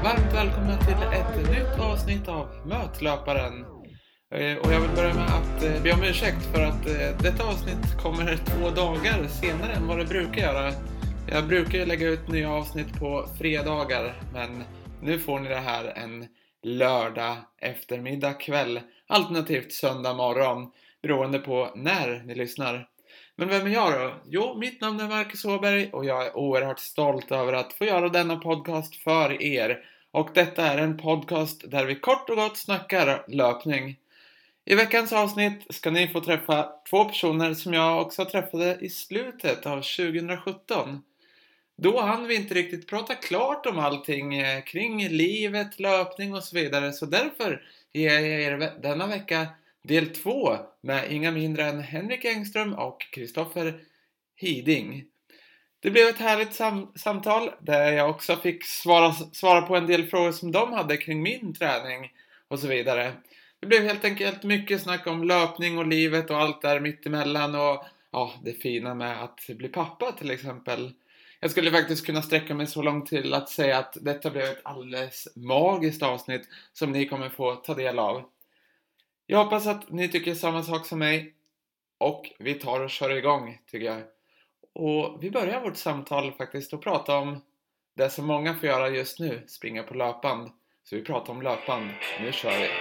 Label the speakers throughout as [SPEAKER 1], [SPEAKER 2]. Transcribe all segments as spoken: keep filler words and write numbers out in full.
[SPEAKER 1] varmt välkomna till ett nytt avsnitt av Mötlöparen. Och jag vill börja med att be om ursäkt för att detta avsnitt kommer två dagar senare än vad det brukar göra. Jag brukar ju lägga ut nya avsnitt på fredagar, men nu får ni det här en lördag eftermiddag kväll, alternativt söndag morgon, beroende på när ni lyssnar. Men vem är jag då? Jo, mitt namn är Marcus Åberg och jag är oerhört stolt över att få göra denna podcast för er. Och detta är en podcast där vi kort och gott snackar löpning. I veckans avsnitt ska ni få träffa två personer som jag också träffade i slutet av tjugohundrasjutton. Då hann vi inte riktigt prata klart om allting kring livet, löpning och så vidare. Så därför ger jag er denna vecka del två med inga mindre än Henrik Engström och Kristoffer Hiding. Det blev ett härligt sam- samtal där jag också fick svara, svara på en del frågor som de hade kring min träning och så vidare. Det blev helt enkelt mycket snack om löpning och livet och allt där mittemellan och ja, det fina med att bli pappa till exempel. Jag skulle faktiskt kunna sträcka mig så långt till att säga att detta blev ett alldeles magiskt avsnitt som ni kommer få ta del av. Jag hoppas att ni tycker samma sak som mig och vi tar och kör igång tycker jag. Och vi börjar vårt samtal faktiskt att prata om det som många får göra just nu, springa på löpband. Så vi pratar om löpband, nu kör vi!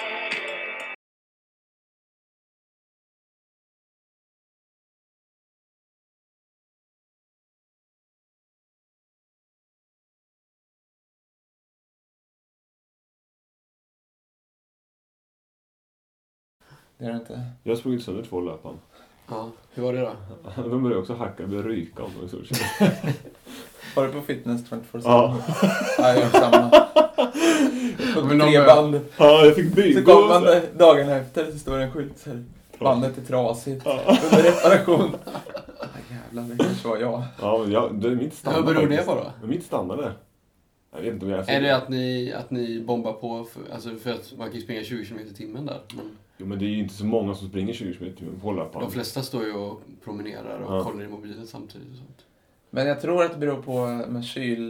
[SPEAKER 2] Det är det inte.
[SPEAKER 3] Jag har sprungit sönder två löpan.
[SPEAKER 2] Ja, hur var det då?
[SPEAKER 3] De började också hacka, började ryka om dem i stort sett.
[SPEAKER 2] Var du på fitness tjugofyra sju?
[SPEAKER 3] Ja.
[SPEAKER 2] Ja, jag gör samma. På tre band.
[SPEAKER 3] Ja, jag fick byta.
[SPEAKER 2] Så kom man dagen efter så står det en skylt så här. Bandet är trasigt. Ja. Under reparation. Ah, jävlar, det kanske var jag.
[SPEAKER 3] Ja, men jag, det är mitt standard.
[SPEAKER 4] Vad beror det på då?
[SPEAKER 3] Det är mitt standard där. Jag vet inte om jag
[SPEAKER 4] är det att ni, att ni bombar på, för, alltså för att man kan springa tjugo kilometer i timmen där? Men...
[SPEAKER 3] Jo, men det är ju inte så många som springer tjugo kilometer i timmen på löpan.
[SPEAKER 4] De flesta står ju och promenerar och
[SPEAKER 3] ja.
[SPEAKER 4] kollar i mobilen samtidigt och sånt.
[SPEAKER 2] Men jag tror att det beror på med kyl...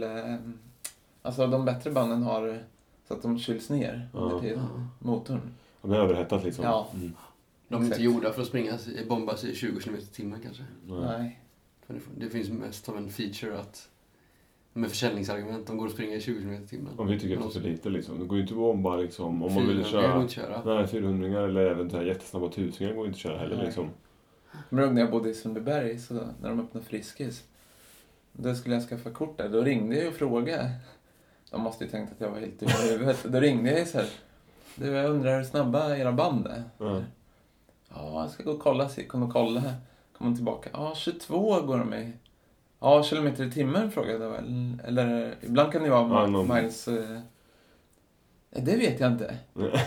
[SPEAKER 2] Alltså de bättre banden har så att de kyls ner under
[SPEAKER 3] ja.
[SPEAKER 2] tiden. Motorn.
[SPEAKER 3] De är överhettat liksom.
[SPEAKER 2] Ja.
[SPEAKER 3] Mm.
[SPEAKER 4] De är inte gjorda för att springa, bombas i tjugo kilometer i timmen kanske.
[SPEAKER 2] Nej.
[SPEAKER 4] Nej. Det finns mest som en feature att med försäljningsargument, de går att springa i tjugo kilometer i timmen.
[SPEAKER 3] Om vi tycker att det är så lite liksom. Det går ju inte att bomba liksom. Om man vill
[SPEAKER 4] köra.
[SPEAKER 3] köra.
[SPEAKER 4] Inte köra.
[SPEAKER 3] Nej, fyrahundringar eller även så här jättesnabba tusingar går inte att köra heller. Nej. Liksom.
[SPEAKER 2] Men när jag bodde i Sundbyberg så när de öppnade Friskis. Då skulle jag skaffa kort där. Då ringde jag och frågade. De måste ju tänkt att jag var helt ur huvudet. Då ringde jag så här. Du, jag undrar hur snabba era band är.
[SPEAKER 3] Ja.
[SPEAKER 2] Ja, jag ska gå och kolla. Så kom och kolla. Kom tillbaka. Ja, tjugotvå går de i. Ja, kilometer i timmen frågade jag väl. Eller ibland kan det vara
[SPEAKER 3] ja, någon...
[SPEAKER 2] miles... Eh... Det vet jag inte.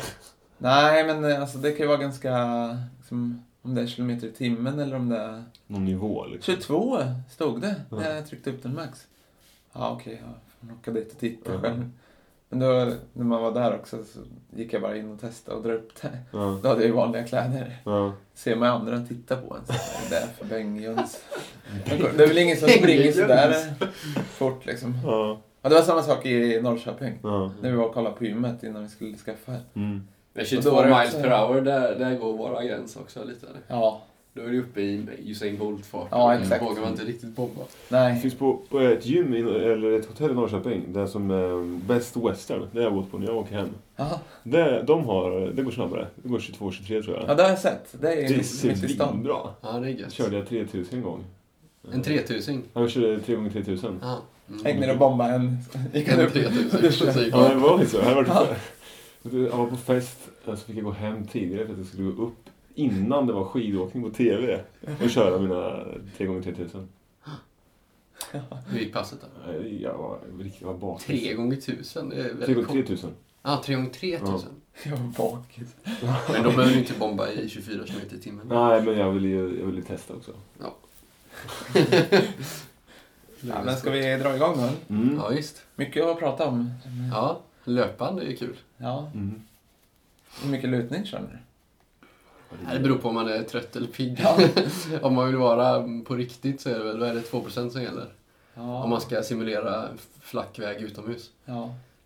[SPEAKER 2] Nej, men alltså det kan ju vara ganska... Liksom, om det är kilometer i timmen eller om det är...
[SPEAKER 3] Någon nivå liksom.
[SPEAKER 2] tjugotvå stod det
[SPEAKER 3] ja.
[SPEAKER 2] när jag tryckte upp den max. Ja, okej. Okay, jag får åka dit och titta ja. själv. Men då, när man var där också så gick jag bara in och testade och dra upp det.
[SPEAKER 3] Ja.
[SPEAKER 2] Då hade jag ju vanliga kläder.
[SPEAKER 3] Ja.
[SPEAKER 2] Ser man andra titta på en. Så är det där för Bengjöns. Det är väl ingen som springer sådär fort liksom.
[SPEAKER 3] Ja.
[SPEAKER 2] Ja, det var samma sak i Norrköping.
[SPEAKER 3] Ja.
[SPEAKER 2] När vi var och kollade på gymmet innan vi skulle skaffa.
[SPEAKER 3] Mm.
[SPEAKER 4] Men tjugotvå miles per hour, där, där går våra gräns också lite.
[SPEAKER 2] Ja.
[SPEAKER 4] Då är det uppe i Usain Bolt-fart.
[SPEAKER 2] Ja, exakt.
[SPEAKER 4] Då vågar man inte riktigt bomba.
[SPEAKER 2] Nej.
[SPEAKER 3] Det finns på, på ett gym in, eller ett hotell i Norrköping. Det är som eh, Best Western. Det har jag bott på när jag åker hem.
[SPEAKER 2] Aha.
[SPEAKER 3] Det, de har, det går snabbare. Det går tjugotvå tjugotre tror jag.
[SPEAKER 2] Ja, det har jag sett. Det är
[SPEAKER 3] det
[SPEAKER 2] mitt,
[SPEAKER 3] ser
[SPEAKER 2] mitt i stan.
[SPEAKER 3] bra.
[SPEAKER 4] Ja, det är gött.
[SPEAKER 3] Körde jag tre tusen en gång.
[SPEAKER 4] En tre tusen?
[SPEAKER 3] Ja, jag körde tre gånger tre tusen.
[SPEAKER 4] Ja.
[SPEAKER 2] Mm. Hängde ner och bombade en... Gick
[SPEAKER 4] en
[SPEAKER 2] upp.
[SPEAKER 4] tre tusen.
[SPEAKER 3] Ja, det var så. Jag, var jag var på fest. Så fick jag gå hem tidigare för att jag skulle gå upp innan det var skidåkning på tv och köra mina tre gånger tre tusen.
[SPEAKER 4] Hur gick passet då?
[SPEAKER 3] Jag var riktigt var bakis.
[SPEAKER 4] tre gånger tusen? Det är väldigt
[SPEAKER 3] tre gånger tre tusen.
[SPEAKER 4] Ja, tre gånger tre tusen.
[SPEAKER 2] Jag var bakis.
[SPEAKER 4] Men då behöver du inte bomba i tjugofyra kilometer i timmen.
[SPEAKER 3] Nej, men jag ville ju jag ville testa också.
[SPEAKER 4] Ja.
[SPEAKER 2] Ja, men ska vi dra igång då?
[SPEAKER 3] Mm.
[SPEAKER 4] Ja, visst.
[SPEAKER 2] Mycket att prata om.
[SPEAKER 4] Ja, löpande är kul.
[SPEAKER 2] Ja.
[SPEAKER 3] Mm.
[SPEAKER 2] Hur mycket lutning kör ni?
[SPEAKER 4] Det beror på om man är trött eller pigg.
[SPEAKER 2] Ja.
[SPEAKER 4] Om man vill vara på riktigt så är det väl, då är det två procent som gäller.
[SPEAKER 2] Ja.
[SPEAKER 4] Om man ska simulera flack väg utomhus.
[SPEAKER 2] Ja.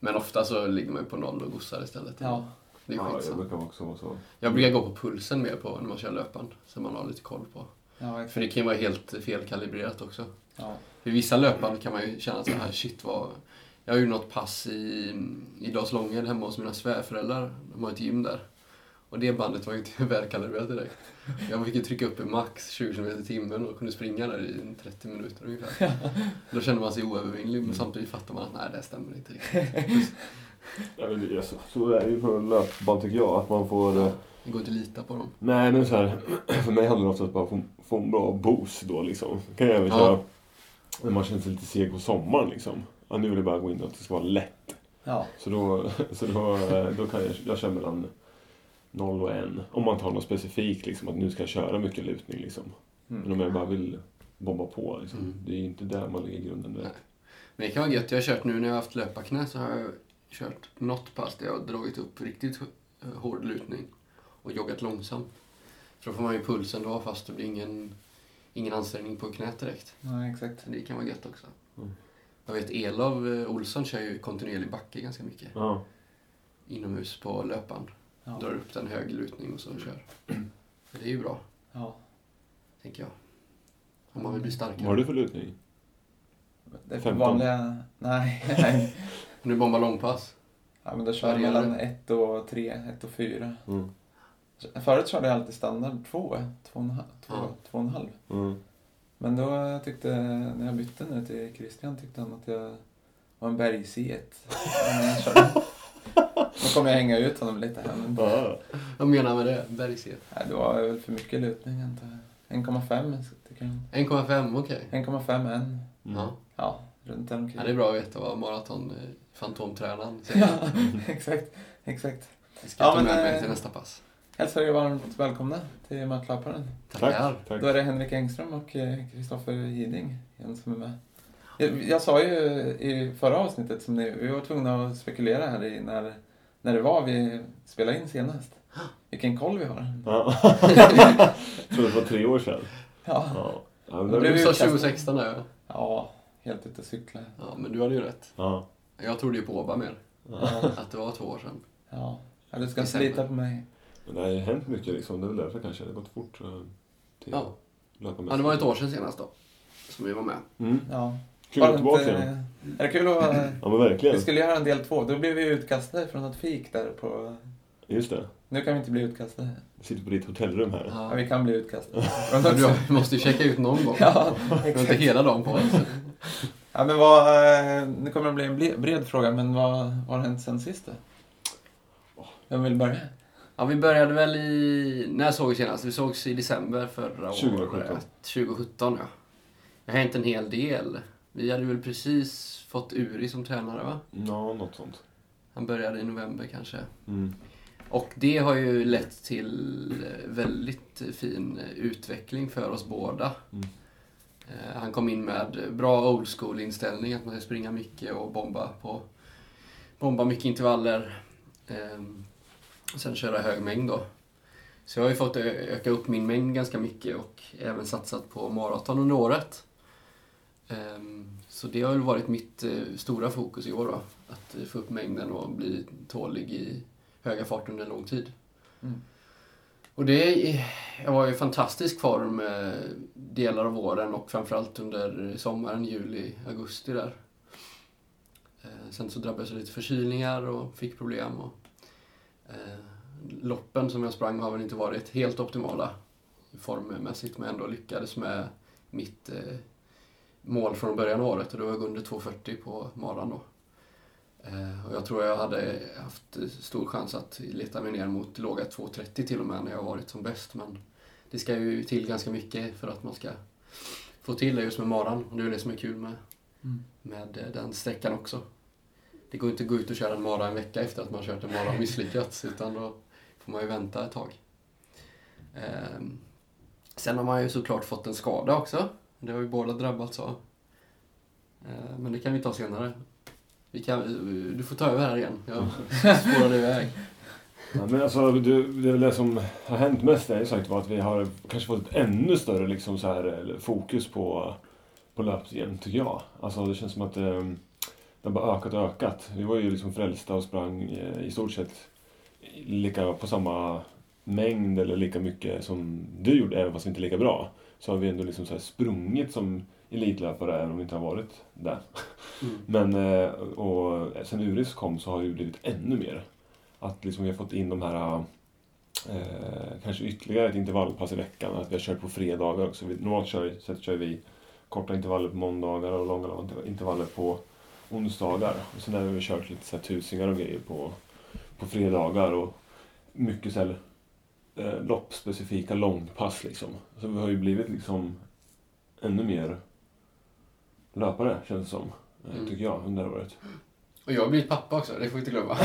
[SPEAKER 4] Men ofta så ligger man ju på noll och gossar istället.
[SPEAKER 2] Ja.
[SPEAKER 4] Det är
[SPEAKER 3] Ja,
[SPEAKER 4] skitsamma.
[SPEAKER 3] det kan också vara så.
[SPEAKER 4] Jag brukar gå på pulsen mer på när man kör löpband. Så man har lite koll på.
[SPEAKER 2] Ja, exakt.
[SPEAKER 4] För det kan ju vara helt felkalibrerat också.
[SPEAKER 2] Ja.
[SPEAKER 4] För vissa löpband kan man ju känna så här, shit vad... Jag har ju något pass i, i Dalslången hemma hos mina svärföräldrar. De har ett gym där. Och det bandet var ju inte välkalibrerat direkt. Jag fick ju trycka upp i max tjugo kilometer i timmen och kunde springa där i trettio minuter ungefär. Då kände man sig oövervinnlig, men samtidigt fattar man att nej, det stämmer inte riktigt.
[SPEAKER 3] Ja, men det är så, så är det ju på löpband tycker jag, att man får...
[SPEAKER 4] Ja, det går inte att lita på dem.
[SPEAKER 3] Nej, men så här, för mig handlar det ofta om att bara få, få en bra boost då liksom. Kan jag även
[SPEAKER 4] Ja.
[SPEAKER 3] köra när man känner sig lite seg på sommaren liksom. Ja, nu vill jag bara gå in och att det ska vara lätt.
[SPEAKER 2] Ja.
[SPEAKER 3] Så då, så då, då kan jag, jag köra mellan noll och en. Om man tar något specifikt liksom, att nu ska jag köra mycket lutning liksom.
[SPEAKER 2] Mm.
[SPEAKER 3] Men om jag bara vill bomba på liksom.
[SPEAKER 4] Mm.
[SPEAKER 3] Det är inte där man lägger grunden direkt.
[SPEAKER 4] Nej. Men det kan vara gött. Jag har kört nu när jag har haft löparknä så har jag kört något pass där jag har dragit upp riktigt hård lutning och joggat långsamt. För då får man ju pulsen då fast det blir ingen, ingen ansträngning på knät direkt.
[SPEAKER 2] Ja, exakt.
[SPEAKER 4] Det kan vara gött också.
[SPEAKER 3] Mm.
[SPEAKER 4] Jag vet Elov Olsson kör ju kontinuerlig backe ganska mycket.
[SPEAKER 3] Ja.
[SPEAKER 4] Inomhus på löpband.
[SPEAKER 2] Ja.
[SPEAKER 4] Drar upp den hög lutning och så kör. För det är ju bra,
[SPEAKER 2] Ja.
[SPEAKER 4] tänker jag. Om man vill bli starkare.
[SPEAKER 3] Vad har du för lutning?
[SPEAKER 2] Det är för
[SPEAKER 3] femton.
[SPEAKER 2] vanliga... Nej. Nej.
[SPEAKER 4] Om du bombar långpass.
[SPEAKER 2] Ja, men då kör jag
[SPEAKER 4] Varierar
[SPEAKER 2] mellan
[SPEAKER 4] det?
[SPEAKER 2] ett och tre, ett och fyra.
[SPEAKER 3] Mm.
[SPEAKER 2] Förut körde jag alltid standard två, två och en halv. Två,
[SPEAKER 4] Ja.
[SPEAKER 2] två och en halv.
[SPEAKER 3] Mm.
[SPEAKER 2] Men då tyckte, när jag bytte nu till Christian, tyckte han att jag var en bergsiet. Då kommer jag hänga ut honom lite här. Men
[SPEAKER 3] Ja.
[SPEAKER 4] Vad menar du med det? Bergset?
[SPEAKER 2] nej, det var väl för mycket lutning antar jag. en komma fem tycker jag.
[SPEAKER 4] en komma fem, okej.
[SPEAKER 2] en komma fem, en.
[SPEAKER 3] Mm.
[SPEAKER 4] Ja.
[SPEAKER 2] Ja, runt där omkring.
[SPEAKER 4] Ja, det är bra att veta vad maraton eh, fantomtränaren
[SPEAKER 2] Ja,
[SPEAKER 4] säger.
[SPEAKER 2] exakt. Exakt.
[SPEAKER 4] Det ska
[SPEAKER 2] Ja,
[SPEAKER 4] jag ta
[SPEAKER 2] men,
[SPEAKER 4] med mig
[SPEAKER 2] eh,
[SPEAKER 4] till nästa pass.
[SPEAKER 2] Hälsar er varmt välkomna till Mötlöparen.
[SPEAKER 4] Tackar.
[SPEAKER 3] Tack. Tack.
[SPEAKER 2] Då är det Henrik Engström och Kristoffer Hiding igen som är med. Jag, jag sa ju i förra avsnittet som ni, vi var tvungna att spekulera här i när, när det var vi spelade in senast. Vilken koll vi har.
[SPEAKER 3] Ja. Jag tror det var tre år sedan.
[SPEAKER 2] Ja,
[SPEAKER 3] Ja. Ja, men
[SPEAKER 2] Det
[SPEAKER 3] det
[SPEAKER 2] blev
[SPEAKER 4] Du
[SPEAKER 2] ju
[SPEAKER 4] sa
[SPEAKER 2] utkastad.
[SPEAKER 4] tjugo sexton där, ja.
[SPEAKER 2] ja helt ute och cykla.
[SPEAKER 4] Ja, men du hade ju rätt.
[SPEAKER 3] Ja.
[SPEAKER 4] Jag trodde ju på Oba mer.
[SPEAKER 2] Ja,
[SPEAKER 4] Att det var två år sedan.
[SPEAKER 2] ja. ja du ska inte
[SPEAKER 4] December.
[SPEAKER 2] lita på mig.
[SPEAKER 3] Men det har ju hänt mycket liksom. Det är väl därför kanske. Det har gått fort. eh, Till
[SPEAKER 4] Ja.
[SPEAKER 3] löpa
[SPEAKER 4] Ja, det var ett år sedan senast då. Som vi var med.
[SPEAKER 3] Mm.
[SPEAKER 2] Ja.
[SPEAKER 3] Kul
[SPEAKER 2] Var
[SPEAKER 3] att
[SPEAKER 2] det
[SPEAKER 3] vara tillbaka
[SPEAKER 2] inte-
[SPEAKER 3] igen.
[SPEAKER 2] Är det kul att...
[SPEAKER 3] Ja, men verkligen.
[SPEAKER 2] Vi skulle göra en del två. Då blev vi utkastade från ett fik där på...
[SPEAKER 3] Just det.
[SPEAKER 2] Nu kan vi inte bli utkastade.
[SPEAKER 3] Vi sitter på ditt hotellrum här.
[SPEAKER 2] Ja,
[SPEAKER 4] Ja.
[SPEAKER 2] vi kan bli utkastade.
[SPEAKER 4] Men du måste ju checka ut någon gång.
[SPEAKER 2] Ja,
[SPEAKER 4] Du har inte
[SPEAKER 2] exakt.
[SPEAKER 4] hela dagen på oss.
[SPEAKER 2] Ja, men vad... eh, Nu kommer det bli en ble- bred fråga, men vad, vad har hänt sen sist då? Vem vill börja?
[SPEAKER 4] Ja, vi började väl i... När såg vi senast? Vi sågs i december förra
[SPEAKER 3] tjugosjutton.
[SPEAKER 4] året. tjugosjutton, ja. Det har hänt en hel del. Vi hade väl precis fått Uri som tränare, va?
[SPEAKER 3] Ja, något sånt.
[SPEAKER 4] Han började i november kanske.
[SPEAKER 3] Mm.
[SPEAKER 4] Och det har ju lett till väldigt fin utveckling för oss båda.
[SPEAKER 3] Mm.
[SPEAKER 4] Eh, Han kom in med bra old school inställning, att man ska springa mycket och bomba på bomba mycket intervaller. Ehm, och sen köra hög mängd då. Så jag har ju fått ö- öka upp min mängd ganska mycket och även satsat på maraton under året. Ehm, så det har ju varit mitt eh, stora fokus i år då. Att eh, få upp mängden och bli tålig i höga fart under lång tid.
[SPEAKER 2] Mm.
[SPEAKER 4] Och det är, jag var i fantastisk form eh, delar av våren och framförallt under sommaren, juli, augusti där. Eh, sen så drabbades jag lite förkylningar och fick problem. Och, eh, loppen som jag sprang har väl inte varit helt optimala formmässigt, men ändå lyckades med mitt eh, mål från början av året, och det var under två fyrtio på maran då. Eh, och jag tror jag hade haft stor chans att leta mig ner mot låga två trettio till och med när jag varit som bäst, men det ska ju till ganska mycket för att man ska få till det just med maran, och det är det som är kul med,
[SPEAKER 2] Mm.
[SPEAKER 4] med eh, den sträckan också. Det går inte att gå ut och köra en mara en vecka efter att man kört en mara och misslyckats, utan då får man ju vänta ett tag. Eh, sen har man ju såklart fått en skada också. Det har ju båda drabbats av. Eh, men det kan vi ta senare. Vi kan, du får ta över här igen. Jag spårade iväg.
[SPEAKER 3] Ja, men alltså, det, det, är väl det som har hänt mest är ju sagt var att vi har kanske fått ett ännu större liksom, så här, fokus på, på löpningen, tycker jag. Alltså, det känns som att eh, det har bara ökat och ökat. Vi var ju liksom frälsta och sprang i stort sett lika på samma mängd eller lika mycket som du gjorde, även fast inte lika bra. Så har vi ändå liksom så här sprungit som elitlöpare även om vi inte har varit där. Mm. Men och sen Uris kom så har det ju blivit ännu mer. Att liksom vi har fått in de här eh, kanske ytterligare ett intervallpass i veckan. Att vi har kört på fredagar också. Vi, normalt kör, så kör vi korta intervaller på måndagar och långa intervaller på onsdagar. Och sen har vi kört lite så här tusingar och grejer på, på fredagar och mycket så här eh, loppspecifika långpass liksom. Så vi har ju blivit liksom ännu mer löpare, känns det som, mm. tycker jag, under året.
[SPEAKER 4] Och jag har blivit pappa också, det får vi inte glömma.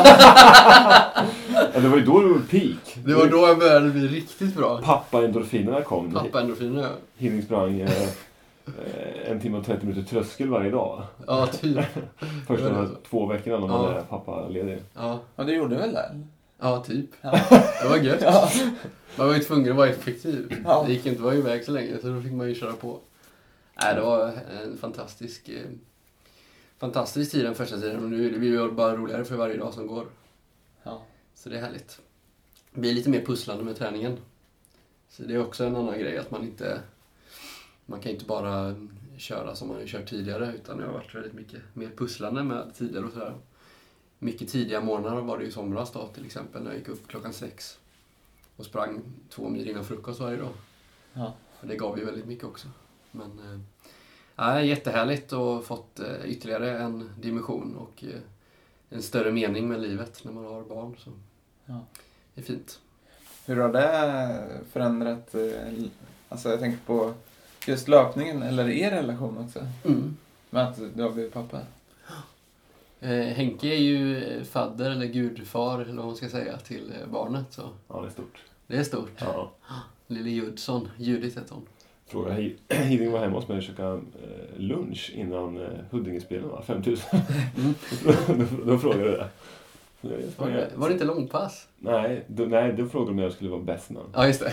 [SPEAKER 3] Ja, det var ju då du var peak.
[SPEAKER 4] Det var då jag började bli riktigt bra.
[SPEAKER 3] Pappa-endorfinerna kom.
[SPEAKER 4] Pappa-endorfinerna, ja.
[SPEAKER 3] Hinning sprang eh, en timme och trettio minuter tröskel varje dag.
[SPEAKER 4] Ja, typ.
[SPEAKER 3] Första de två veckorna när man ja. är pappa-ledig.
[SPEAKER 2] Ja. Ja, du gjorde väl det?
[SPEAKER 4] Ja, typ. Ja. Det var gött. Ja. Man var ju tvungen att vara effektiv. Ja. Det gick inte att vara iväg så länge, så då fick man ju köra på. Nej, det var en fantastisk... Eh, Fantastisk tid den första tiden, men nu blir det bara roligare för varje dag som går.
[SPEAKER 2] Ja.
[SPEAKER 4] Så det är härligt. Det blir lite mer pusslande med träningen. Så det är också en annan grej att man inte... Man kan inte bara köra som man har kört tidigare, utan det har varit väldigt mycket mer pusslande med tider och sådär. Mycket tidiga morgnar var det ju somras då, till exempel, när jag gick upp klockan sex och sprang två mil innan frukost varje dag.
[SPEAKER 2] Ja.
[SPEAKER 4] Och det gav ju väldigt mycket också. Men... Ja, jättehärligt och fått ytterligare en dimension och en större mening med livet när man har barn. Så
[SPEAKER 2] ja.
[SPEAKER 4] Det är fint.
[SPEAKER 2] Hur har det förändrat, alltså jag tänker på just löpningen eller er relation också?
[SPEAKER 4] Mm.
[SPEAKER 2] Med att du har blivit pappa?
[SPEAKER 4] Eh, Henke är ju fadder eller gudfar eller vad man ska säga till barnet. Så.
[SPEAKER 3] Ja, det är stort.
[SPEAKER 4] Det är stort.
[SPEAKER 3] Ja.
[SPEAKER 4] Lille Judson, Judith heter hon.
[SPEAKER 3] Fråga Hiding var hemma hos mig och käkade eh, lunch innan eh, Huddingespelen var fem tusen. Mm. då, då frågade jag det.
[SPEAKER 4] Var det, var det inte långpass?
[SPEAKER 3] Nej, då, nej, då frågade de om jag skulle vara bäst man.
[SPEAKER 4] Ja, just det.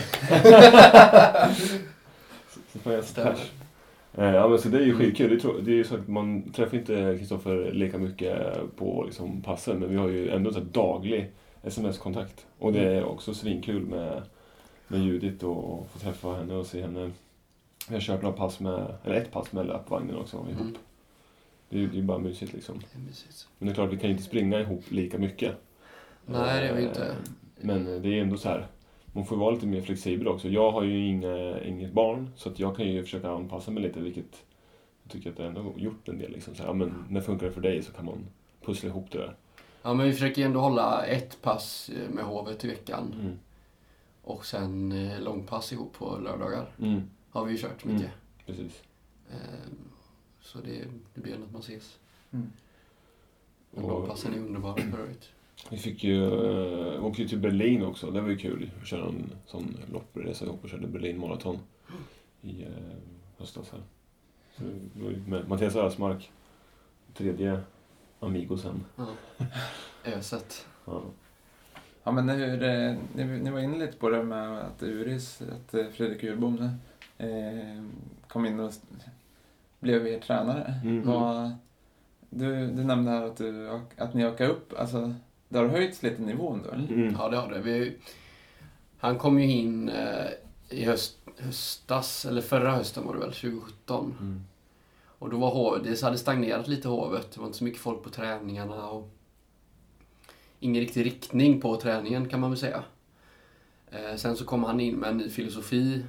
[SPEAKER 3] så så får jag stash. Eh, ja, men så det är ju skitkul. Det är, det är ju så att man träffar inte Kristoffer lika mycket på liksom, passen, men vi har ju ändå så daglig sms-kontakt. Och det är också svinkul med, med Judith och, och få träffa henne och se henne. Vi har kört några pass med, eller ett pass med löpvagnen också ihop. Mm. Det är ju det är bara mysigt liksom.
[SPEAKER 4] Det är mysigt.
[SPEAKER 3] Men det är klart, vi kan inte springa ihop lika mycket.
[SPEAKER 4] Nej, det är vi inte.
[SPEAKER 3] Men det är ändå så här, man får vara lite mer flexibel också. Jag har ju inga, inget barn, så att jag kan ju försöka anpassa mig lite, vilket jag tycker att jag ändå har gjort en del. Liksom. Så här, ja, men när funkar det för dig så kan man pussla ihop det där.
[SPEAKER 4] Ja, men vi försöker ändå hålla ett pass med hovet i veckan. Mm. Och sen eh, långpass ihop på lördagar. Mm. Har vi ju kört mycket. Mm,
[SPEAKER 3] precis.
[SPEAKER 4] Eh, så det, det blir ändå att man ses.
[SPEAKER 2] Mm.
[SPEAKER 4] Och långpassen är underbara för övrigt.
[SPEAKER 3] Vi fick ju, äh, åkte ju till Berlin också. Det var ju kul att köra en sån loppresa ihop och körde Berlin maraton i äh, höstas här. Så det var ju med Mattias Ösmark, tredje amigosen.
[SPEAKER 4] Ja. Öset.
[SPEAKER 3] Ja.
[SPEAKER 2] Ja, men hur, ni, ni var inne lite på det med att Uris, att Fredrik Urbom eh, kom in och blev er tränare. Mm. Vad, du, du nämnde här att, du, att ni åker upp, alltså det har höjts lite nivån då, eller?
[SPEAKER 4] Mm. Ja, det har det. Vi, han kom ju in eh, i höst, höstas, eller förra hösten var det väl, tjugo sjutton. Mm. Och då var hovet, det hade stagnerat lite hovet, det var inte så mycket folk på träningarna och ingen riktig riktning på träningen kan man väl säga. Eh, sen så kom han in med en ny filosofi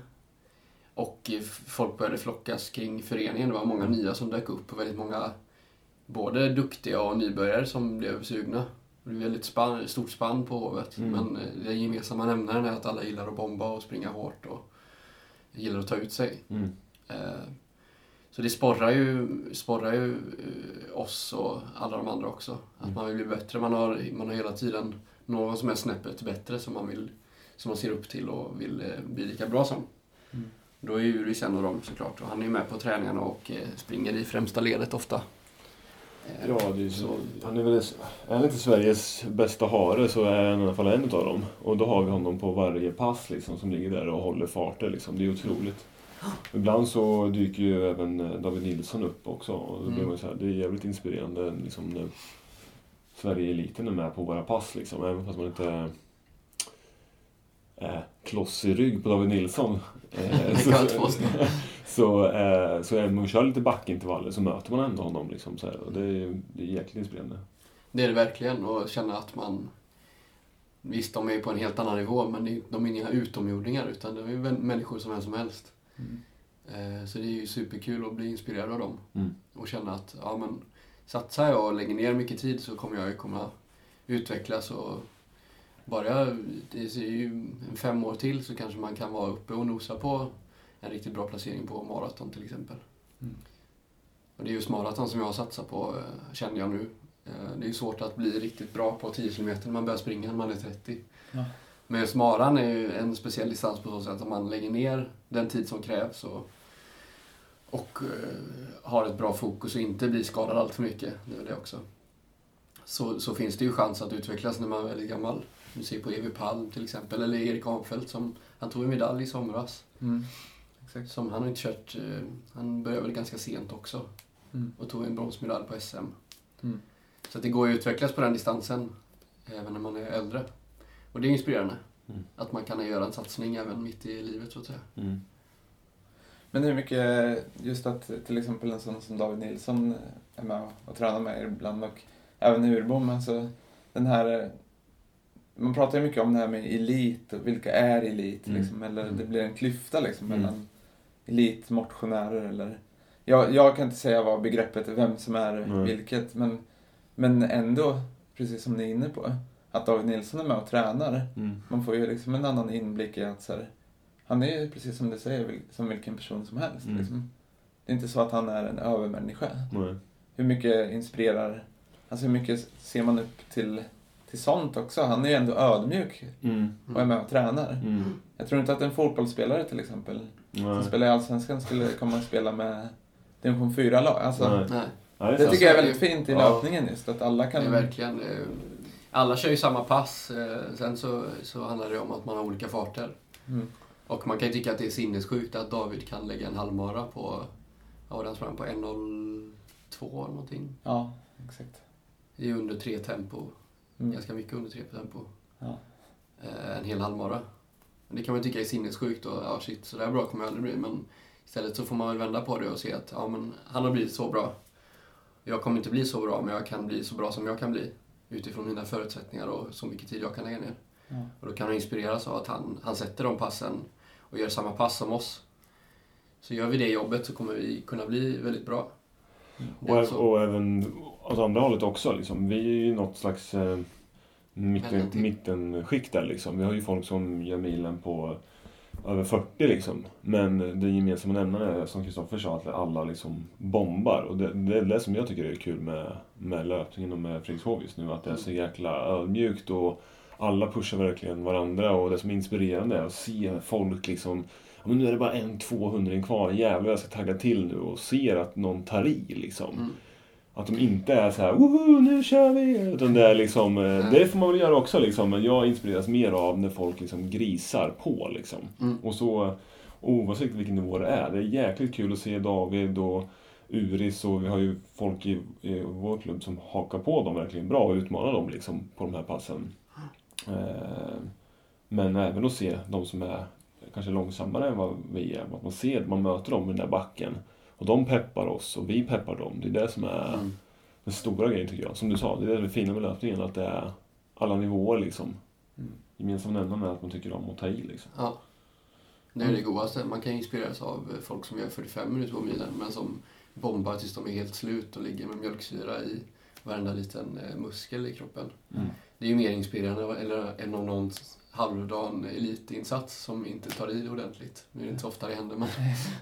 [SPEAKER 4] och folk började flockas kring föreningen. Det var många nya som dök upp och väldigt många både duktiga och nybörjare som blev sugna. Det blev väldigt spann, stort spann på hovet. Mm. Men det gemensamma nämnaren är att alla gillar att bomba och springa hårt och gillar att ta ut sig. Mm. Eh, så det sporrar ju, sporrar ju oss och alla de andra också. Att mm. man vill bli bättre. Man har, man har hela tiden någon som är snäppet bättre som man, vill, som man ser upp till och vill bli lika bra som. Mm. Då är ju Uris en av dem såklart. Och han är ju med på träningarna och springer i främsta ledet ofta.
[SPEAKER 3] Ja, det är så. Han är väl är han inte Sveriges bästa hare så är han i alla fall en av dem. Och då har vi honom på varje pass liksom, som ligger där och håller farter. Liksom. Det är otroligt. Ibland så dyker ju även David Nilsson upp också. Och då
[SPEAKER 4] Mm.
[SPEAKER 3] blir man så här, det är jävligt inspirerande liksom, när Sverige-eliten är med på våra pass. Liksom, även fast man inte är kloss i rygg på David Nilsson.
[SPEAKER 4] Det kan jag inte påstå.
[SPEAKER 3] så, eh, så även om man kör lite backintervaller så möter man ändå honom. Liksom, så här, och det är, det är jäkligt inspirerande.
[SPEAKER 4] Det är det verkligen, och känna att man... Visst, de är på en helt annan nivå, men det- de är inga utomjordingar, utan de är väl människor som vem som helst.
[SPEAKER 2] Mm.
[SPEAKER 4] Eh, Så det är ju superkul att bli inspirerad av dem.
[SPEAKER 3] Mm.
[SPEAKER 4] Och känna att, ja men, satsar jag och lägger ner mycket tid så kommer jag ju komma utvecklas, och bara, det är ju en fem år till så kanske man kan vara uppe och nosa på en riktigt bra placering på maraton till exempel.
[SPEAKER 2] Mm.
[SPEAKER 4] Och det är just maraton som jag har satsat på, eh, känner jag nu. Eh, Det är ju svårt att bli riktigt bra på tio kilometer när man börjar springa när man är trettio.
[SPEAKER 2] Ja.
[SPEAKER 4] Men just maran är ju en speciell distans på så sätt att man lägger ner den tid som krävs och, och eh, har ett bra fokus och inte blir skadad allt för mycket. Det är det också. Så, så finns det ju chans att utvecklas när man är väldigt gammal. Du ser på E V Palm till exempel, eller Erik Ahnfeldt som han tog en medalj i somras.
[SPEAKER 2] Mm. Exakt.
[SPEAKER 4] Som han har inte kört, eh, han började väl ganska sent också
[SPEAKER 2] Mm.
[SPEAKER 4] och tog en bronsmedalj på S M.
[SPEAKER 2] Mm.
[SPEAKER 4] Så att det går ju att utvecklas på den distansen även när man är äldre. Och det är inspirerande.
[SPEAKER 3] Mm.
[SPEAKER 4] Att man kan göra en satsning även mitt i livet så att säga.
[SPEAKER 3] Mm.
[SPEAKER 2] Men hur mycket, just att till exempel en sån som David Nilsson är med och, och tränar med ibland, och även Urbom, alltså den här, man pratar ju mycket om det här med elit och vilka är elit
[SPEAKER 3] Mm.
[SPEAKER 2] liksom, eller
[SPEAKER 3] Mm.
[SPEAKER 2] det blir en klyfta liksom
[SPEAKER 3] Mm.
[SPEAKER 2] mellan elitmotionärer eller, jag, jag kan inte säga vad begreppet är, vem som är
[SPEAKER 3] Mm.
[SPEAKER 2] vilket, men, men ändå, precis som ni är inne på, att David Nilsson är med och tränar,
[SPEAKER 3] Mm.
[SPEAKER 2] man får ju liksom en annan inblick i att så här, han är ju precis som du säger vil- som vilken person som helst.
[SPEAKER 3] Mm.
[SPEAKER 2] Liksom. Det är inte så att han är en övermänniska.
[SPEAKER 3] Nej.
[SPEAKER 2] Hur mycket inspirerar, alltså hur mycket ser man upp till, till sånt också? Han är ju ändå ödmjuk
[SPEAKER 3] Mm.
[SPEAKER 2] och är med och tränar.
[SPEAKER 3] Mm.
[SPEAKER 2] Jag tror inte att en fotbollsspelare till exempel som
[SPEAKER 3] Nej.
[SPEAKER 2] spelar i Allsvenskan skulle komma och spela med division fyra-lag. Alltså,
[SPEAKER 3] Nej.
[SPEAKER 4] Nej,
[SPEAKER 3] Ja,
[SPEAKER 2] det
[SPEAKER 3] sant.
[SPEAKER 2] tycker jag är väldigt fint i
[SPEAKER 3] Ja.
[SPEAKER 2] löpningen just, att alla
[SPEAKER 4] det
[SPEAKER 2] kan...
[SPEAKER 4] är verkligen. eh, Alla kör ju samma pass. eh, Sen så, så handlar det om att man har olika farter.
[SPEAKER 2] Mm.
[SPEAKER 4] Och man kan ju tycka att det är sinnessjukt att David kan lägga en halvmara på, ja, vad den sprang på en noll två eller någonting.
[SPEAKER 2] Ja, exakt.
[SPEAKER 4] Det är under tre tempo.
[SPEAKER 2] Mm.
[SPEAKER 4] Ganska mycket under tre tempo.
[SPEAKER 2] Ja.
[SPEAKER 4] Eh, En hel halvmara. Det kan man tycka är sinnessjukt och ja shit, så där bra kommer jag aldrig bli. Men istället så får man väl vända på det och se att ja, men han har blivit så bra. Jag kommer inte bli så bra, men jag kan bli så bra som jag kan bli. Utifrån mina förutsättningar och så mycket tid jag kan lägga ner.
[SPEAKER 2] Ja.
[SPEAKER 4] Och då kan han inspireras av att han, han sätter de passen och gör samma pass som oss. Så gör vi det jobbet så kommer vi kunna bli väldigt bra. Det är
[SPEAKER 3] Och,
[SPEAKER 4] så.
[SPEAKER 3] och även åt andra hållet också. Liksom. Vi är ju något slags eh, mitten,
[SPEAKER 4] Mellanting.
[SPEAKER 3] mittenskikt där. Liksom. Vi har ju folk som gör milen på över fyrtio. Liksom. Men det gemensamma nämnaren är, som Kristoffer sa, att alla liksom bombar. Och det, det är det som jag tycker är kul med, med löpningen och med Fredrikshov just nu. Att det är så jäkla ödmjukt och alla pushar verkligen varandra. Och det som är inspirerande är att se folk liksom... Ja, men nu är det bara en tvåhundring kvar, jävlar jag ska tagga till nu, och ser att någon tar i liksom.
[SPEAKER 4] Mm.
[SPEAKER 3] Att de inte är så här, woho, nu kör vi! Utan det är liksom, eh, det får man väl göra också liksom, men jag inspireras mer av när folk liksom grisar på liksom.
[SPEAKER 4] Mm.
[SPEAKER 3] Och så, oavsett vilken nivå det är, det är jäkligt kul att se David och Uris, och vi har ju folk i, i vår klubb som hakar på dem verkligen bra och utmanar dem liksom på de här passen. Eh, men även att se de som är kanske långsammare än vad vi är, att man ser, man möter dem i den där backen och de peppar oss och vi peppar dem. Det är det som är
[SPEAKER 4] Mm.
[SPEAKER 3] den stora grejen tycker jag. Som du sa, det är det fina med löpningen, att det är alla nivåer liksom.
[SPEAKER 2] Mm.
[SPEAKER 3] Gemensamt nämnaren är att man tycker om att ta i liksom.
[SPEAKER 4] Ja. Det är det godaste. Man kan inspireras av folk som gör fyrtiofem minuter på milen men som bombar tills de är helt slut och ligger med mjölksyra i varenda liten eh, muskel i kroppen.
[SPEAKER 3] Mm.
[SPEAKER 4] Det är ju mer inspirerande eller, än om någon halvdan elitinsats som inte tar i ordentligt. Nu är det inte så ofta det händer, men,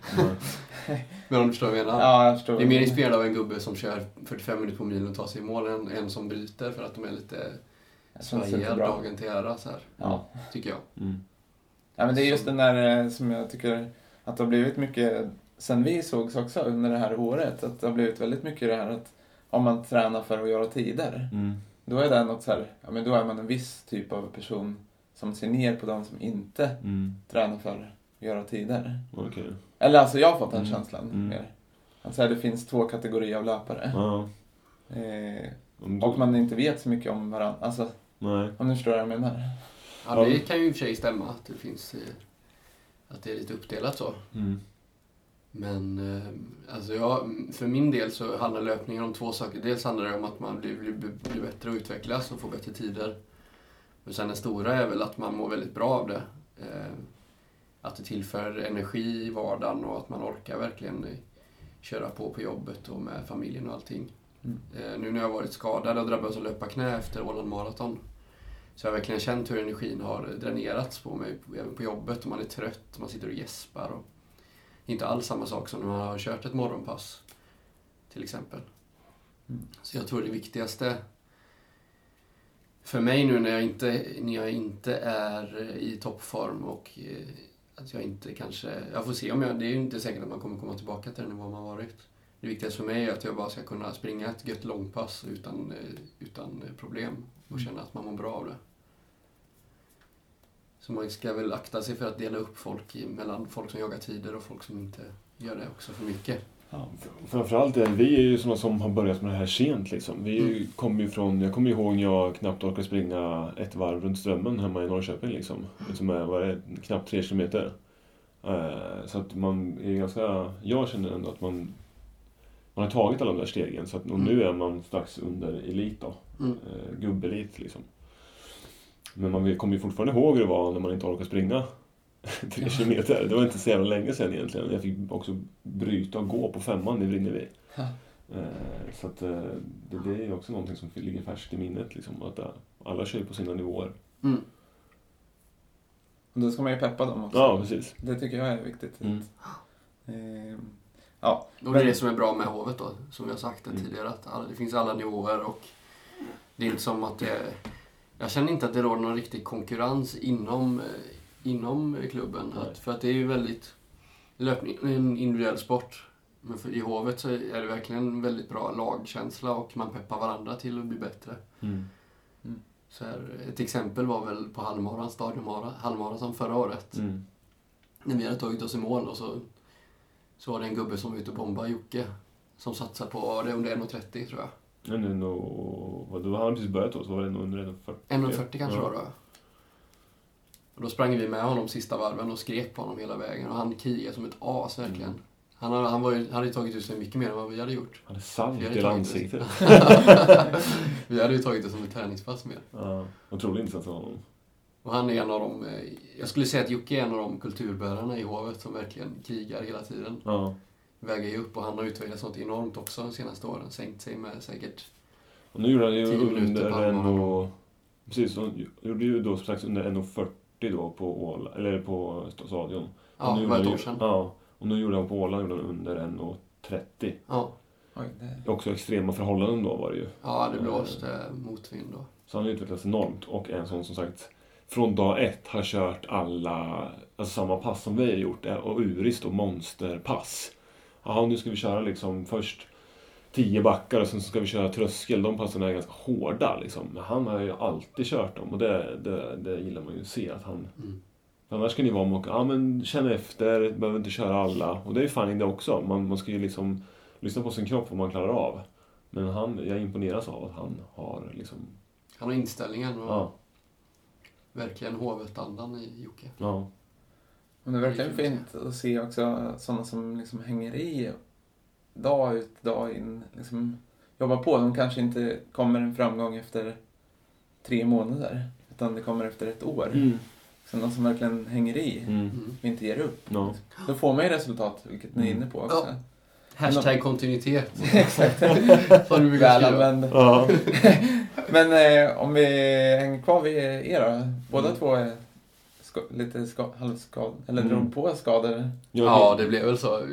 [SPEAKER 4] men om du förstår vad jag menar.
[SPEAKER 2] Ja, jag förstår.
[SPEAKER 4] Det är mer inspirerande av en gubbe som kör fyrtiofem minuter på milen och tar sig i mål än en som bryter för att de är lite
[SPEAKER 2] Det känns inte
[SPEAKER 4] svajiga
[SPEAKER 2] bra.
[SPEAKER 4] dagen till ära, så här,
[SPEAKER 2] Ja.
[SPEAKER 4] tycker jag.
[SPEAKER 3] Mm.
[SPEAKER 2] Ja, men det är just den där eh, som jag tycker att det har blivit mycket, sen vi sågs också under det här året, att det har blivit väldigt mycket det här att om man tränar för att göra tider,
[SPEAKER 3] Mm.
[SPEAKER 2] då är det något så här, ja men då är man en viss typ av person som ser ner på de som inte
[SPEAKER 3] Mm.
[SPEAKER 2] tränar för att göra tider.
[SPEAKER 3] Okej.
[SPEAKER 2] Eller alltså jag har fått den
[SPEAKER 3] Mm.
[SPEAKER 2] känslan
[SPEAKER 3] Mm.
[SPEAKER 2] mer. Alltså det finns två kategorier av löpare.
[SPEAKER 3] Ja.
[SPEAKER 2] Eh,
[SPEAKER 3] Om-
[SPEAKER 2] och man inte vet så mycket om varandra. Alltså,
[SPEAKER 3] Nej.
[SPEAKER 2] om du förstår vad jag menar.
[SPEAKER 4] Ja, det kan ju i och för sig stämma att det finns... eh, Att det är lite uppdelat så.
[SPEAKER 3] Mm.
[SPEAKER 4] Men eh, alltså jag, för min del så handlar löpningen om två saker. Dels handlar det om att man blir, blir, blir bättre och utvecklas och får bättre tider. Men sen den stora är väl att man mår väldigt bra av det. Eh, att det tillför energi i vardagen och att man orkar verkligen eh, köra på på jobbet och med familjen och allting.
[SPEAKER 2] Mm.
[SPEAKER 4] Eh, nu när jag har varit skadad och drabbats av löparknä efter Åland Marathon så har jag verkligen känt hur energin har dränerats på mig, även på jobbet. Och man är trött, man sitter och gäspar. Och inte alls samma sak som när man har kört ett morgonpass, till exempel.
[SPEAKER 2] Mm.
[SPEAKER 4] Så jag tror det viktigaste för mig nu när jag inte, när jag inte är i toppform och eh, att jag inte kanske... Jag får se om jag... Det är ju inte säkert att man kommer komma tillbaka till den nivå man har varit. Det viktigaste för mig är att jag bara ska kunna springa ett gött långpass utan, eh, utan problem och känna att man mår bra av det. Så man ska väl akta sig för att dela upp folk i, mellan folk som jagar tider och folk som inte gör det också för mycket.
[SPEAKER 3] Ja, framförallt är vi är ju sådana som har börjat med det här sent liksom. Vi mm. kommer ju från, jag kommer ihåg när jag knappt orkade springa ett varv runt Strömmen hemma i Norrköping liksom. Som är, var det, knappt tre kilometer. Uh, så att man är ganska, jag känner ändå att man man har tagit alla de där stegen så att, och nu är man strax under elit då.
[SPEAKER 4] Mm.
[SPEAKER 3] Uh, gubbelit liksom. Men man kommer ju fortfarande ihåg hur det var när man inte orkade springa tre kilometer. Det var inte så jävla länge sedan egentligen. Jag fick också bryta och gå på femman i Vrinnevi.
[SPEAKER 2] Ja.
[SPEAKER 3] Så att det, det är också någonting som ligger färskt i minnet. Liksom, att alla kör på sina nivåer.
[SPEAKER 4] Mm.
[SPEAKER 2] Och då ska man ju peppa dem också.
[SPEAKER 3] Ja, precis.
[SPEAKER 2] Det tycker jag är viktigt.
[SPEAKER 3] Mm.
[SPEAKER 2] Eh, ja.
[SPEAKER 4] Och det är det som är bra med hovet då, som vi har sagt
[SPEAKER 3] Mm.
[SPEAKER 4] tidigare. Att alla, det finns alla nivåer och det är inte som att det... Jag känner inte att det råder någon riktig konkurrens inom, inom klubben. Att, för att det är ju väldigt... Löpning är en individuell sport. Men för, i hovet så är det verkligen en väldigt bra lagkänsla och man peppar varandra till att bli bättre.
[SPEAKER 3] Mm.
[SPEAKER 2] Mm.
[SPEAKER 4] Så här, ett exempel var väl på halvmaran, stadionmara, halvmaraton förra året.
[SPEAKER 3] Mm.
[SPEAKER 4] När vi hade tagit oss i mål och så, så var det en gubbe som var ute och bombade Jocke. Som satsade på, det under en trettio tror jag.
[SPEAKER 3] Men det är nog, vad, då hade han precis börjat då, så var det nog under en fyrtio.
[SPEAKER 4] en fyrtio kanske
[SPEAKER 3] Ja.
[SPEAKER 4] var det. Och då sprang vi med honom sista varven och skrek på honom hela vägen. Och han krigade som ett as verkligen.
[SPEAKER 3] Mm.
[SPEAKER 4] Han, hade, han var ju, hade ju tagit ut sig mycket mer än vad vi hade gjort.
[SPEAKER 3] Han hade salt
[SPEAKER 4] Vi
[SPEAKER 3] i
[SPEAKER 4] hade tagit
[SPEAKER 3] ansiktet.
[SPEAKER 4] Vi hade ju tagit det som ett träningspass mer.
[SPEAKER 3] Ja, otrolig insats av honom.
[SPEAKER 4] Och han är en av de, jag skulle säga att Jocke är en av de kulturbärarna i hovet som verkligen krigar hela tiden.
[SPEAKER 3] Ja.
[SPEAKER 4] Väger ju upp och han har utvecklats något enormt också de senaste åren. Sänkt sig med säkert...
[SPEAKER 3] Och nu gjorde han ju
[SPEAKER 4] tio minuter på
[SPEAKER 3] under en
[SPEAKER 4] halvmaran.
[SPEAKER 3] och... Precis, han gjorde ju då strax under en fyrtio då på Åla, eller på stadion.
[SPEAKER 4] Ja,
[SPEAKER 3] nu
[SPEAKER 4] det var ett
[SPEAKER 3] gjorde
[SPEAKER 4] år
[SPEAKER 3] han ju-
[SPEAKER 4] sedan.
[SPEAKER 3] Ja, och nu gjorde han på Åland gjorde han under en trettio.
[SPEAKER 4] Ja,
[SPEAKER 2] Oj, det...
[SPEAKER 3] Också extrema förhållanden då var det ju.
[SPEAKER 4] ja det blåste motvind då.
[SPEAKER 3] Så han har utvecklats enormt och en sån som sagt från dag ett har kört alla, alltså samma pass som vi har gjort och Urist och monsterpass. Jaha, nu ska vi köra liksom först tio backar och sen ska vi köra tröskel. De passen är ganska hårda liksom. Men han har ju alltid kört dem och det, det, det gillar man ju att se att han...
[SPEAKER 4] Mm.
[SPEAKER 3] Annars ska ni vara med och ja, men känna efter, behöver inte köra alla. Och det är ju fan det också. Man, man ska ju liksom lyssna på sin kropp vad man klarar av. Men han, jag imponeras av att han har liksom...
[SPEAKER 4] Han har inställningen och
[SPEAKER 3] Ja,
[SPEAKER 4] verkligen hovet-andan i Jocke.
[SPEAKER 3] ja.
[SPEAKER 2] Men det är verkligen fint att se också sådana som liksom hänger i dag ut, dag in. Liksom jobbar på. De kanske inte kommer en framgång efter tre månader. Utan det kommer efter ett år.
[SPEAKER 3] Mm.
[SPEAKER 2] Sådana som verkligen hänger i
[SPEAKER 3] Mm.
[SPEAKER 4] Mm.
[SPEAKER 2] och inte ger upp.
[SPEAKER 3] Ja.
[SPEAKER 2] Då får man ju resultat, vilket ni är inne på också.
[SPEAKER 4] Ja. Hashtag kontinuitet.
[SPEAKER 2] Exakt.
[SPEAKER 4] Som du brukar
[SPEAKER 2] Väl
[SPEAKER 4] skriva.
[SPEAKER 2] använd.
[SPEAKER 3] Ja.
[SPEAKER 2] Men eh, om vi hänger kvar vid er då. Båda
[SPEAKER 3] Mm.
[SPEAKER 2] två är ska- lite ska- halvskadade. Eller
[SPEAKER 3] Mm.
[SPEAKER 2] drog på skador.
[SPEAKER 4] Ja, det blev väl så.